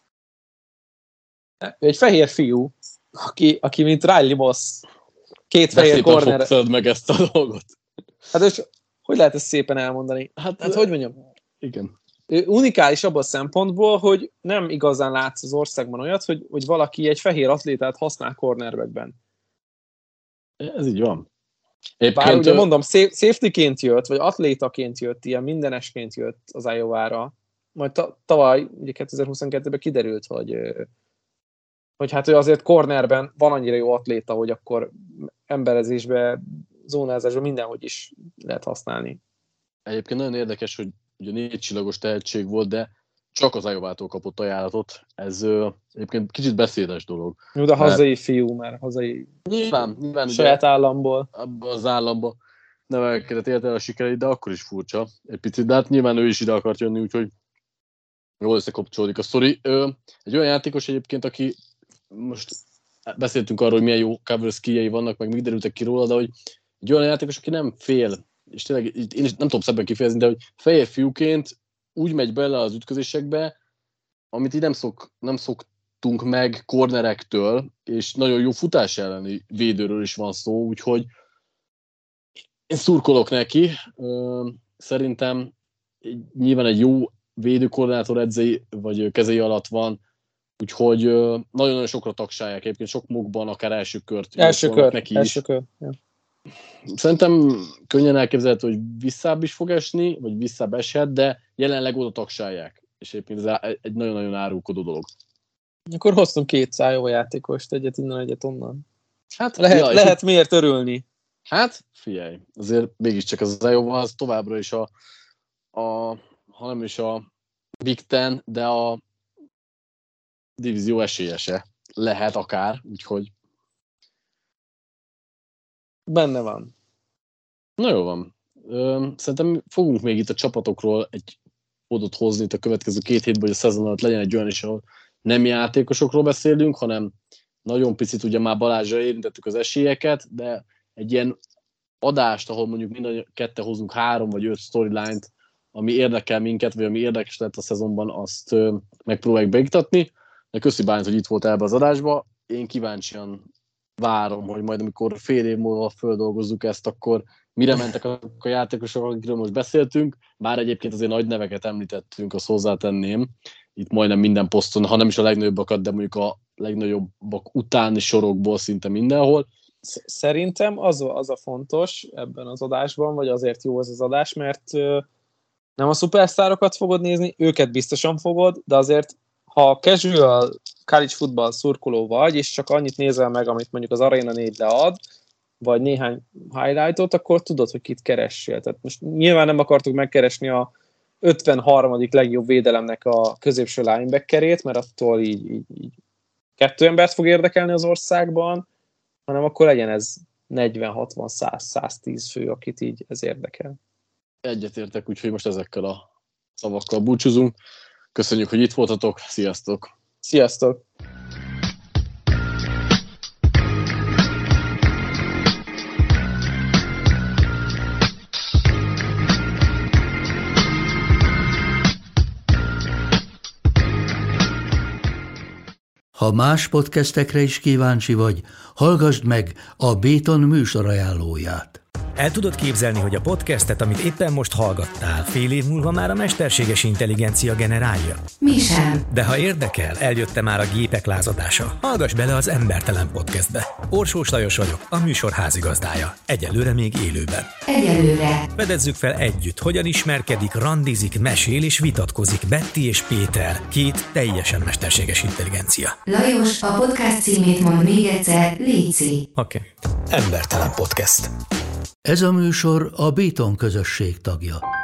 egy fehér fiú, aki, aki mint Riley Moss, két de fehér corner... De szépen meg ezt a dolgot. Hát és hogy lehet ezt szépen elmondani? Hát, hát hogy mondjam? Igen. Unikális abban a szempontból, hogy nem igazán látsz az országban olyat, hogy, hogy valaki egy fehér atlétát használ cornerbackben. Ez így van. Éppként Bár ugye ő... mondom, safety-ként jött, vagy atlétaként jött, ilyen mindenesként jött az Iowa-ra. Majd ta- tavaly, ugye kétezer-huszonkettőben kiderült, hogy, hogy hát ő azért cornerben van annyira jó atléta, hogy akkor emberezésbe, zónázásban mindenhogy is lehet használni. Egyébként nagyon érdekes, hogy ugye négy csillagos tehetség volt, de csak az Iowától kapott ajánlatot. Ez ö, egyébként kicsit beszédes dolog. Jó, de hazai mert... fiú, mert hazai nyilván, nyilván saját ugye, államból. Abban az államba nevelkedett, élte el a sikereit, de akkor is furcsa egy picit. De hát nyilván ő is ide akart jönni, úgyhogy Jól összekapcsolódik a sztori. Ö, egy olyan játékos egyébként, aki most beszéltünk arról, hogy milyen jó cover skilljei vannak, meg még derültek ki róla, de hogy egy olyan játékos, aki nem fél, és tényleg én is nem tudom szebben kifejezni, de hogy fehér fiúként úgy megy bele az ütközésekbe, amit így nem, szok, nem szoktunk meg cornerektől, és nagyon jó futás elleni védőről is van szó, úgyhogy én szurkolok neki. Szerintem nyilván egy jó védőkoordinátor edzei, vagy kezei alatt van, úgyhogy nagyon-nagyon sokra tagsálják egyébként, sok mokban akár első kört. Első kör, neki első is. Kör. Ja. Szerintem könnyen elképzelhető, hogy visszább is fog esni, vagy visszább eshet, de jelenleg oda tagsálják. És egyébként ez egy nagyon-nagyon árulkodó dolog. Akkor hoztunk két Zájova játékost, egyet innen, egyet onnan. Hát lehet, ja, lehet miért örülni. Hát, figyelj, azért mégiscsak az Zájova az továbbra is a, a ha nem is a Big Ten, de a divízió esélyese lehet akár, úgyhogy benne van. Na jó van. Szerintem fogunk még itt a csapatokról egy módot hozni itt a következő két hétben, hogy a szezon alatt legyen egy olyan is, ahol nem játékosokról beszélünk, hanem nagyon picit ugye már Balázsra érintettük az esélyeket, de egy ilyen adást, ahol mondjuk mind a ketten hozunk három vagy öt storyline-t, ami érdekel minket, vagy ami érdekes lett a szezonban, azt megpróbáljuk beiktatni. De köszi Bálint, hogy itt volt ebbe az adásba. Én kíváncsian várom, hogy majd amikor fél év múlva földolgozzuk ezt, akkor mire mentek a játékosok, akikről most beszéltünk. Bár egyébként azért nagy neveket említettünk, azt hozzátenném. Itt majdnem minden poszton, ha nem is a legnagyobbakat, de mondjuk a legnagyobbak utáni sorokból szinte mindenhol. Szerintem az, az a fontos ebben az adásban, vagy azért jó ez az adás, mert nem a szupersztárokat fogod nézni, őket biztosan fogod, de azért, ha casual college football szurkoló vagy, és csak annyit nézel meg, amit mondjuk az Arena négy lead, vagy néhány highlightot, akkor tudod, hogy kit keressél. Tehát most nyilván nem akartuk megkeresni a ötvenharmadik legjobb védelemnek a középső linebackerét, mert attól így, így, így kettő embert fog érdekelni az országban, hanem akkor legyen ez negyven, hatvan, száz, száztíz fő, akit így ez érdekel. Egyetértek, úgyhogy most ezekkel a szavakkal búcsúzunk. Köszönjük, hogy itt voltatok. Sziasztok! Sziasztok! Ha más podcastekre is kíváncsi vagy, hallgassd meg a Béton műsor ajánlóját. El tudod képzelni, hogy a podcastet, amit éppen most hallgattál, fél év múlva már a mesterséges intelligencia generálja? Mi sem. De ha érdekel, eljött már a gépek lázadása. Hallgass bele az Embertelen Podcastbe. Orsós Lajos vagyok, a műsor házigazdája. Egyelőre még élőben. Egyelőre. Fedezzük fel együtt, hogyan ismerkedik, randizik, mesél és vitatkozik Betty és Péter, két teljesen mesterséges intelligencia. Lajos, a podcast címét mond még egyszer, léci. Oké. Okay. Embertelen Podcast. Ez a műsor a Béton közösség tagja.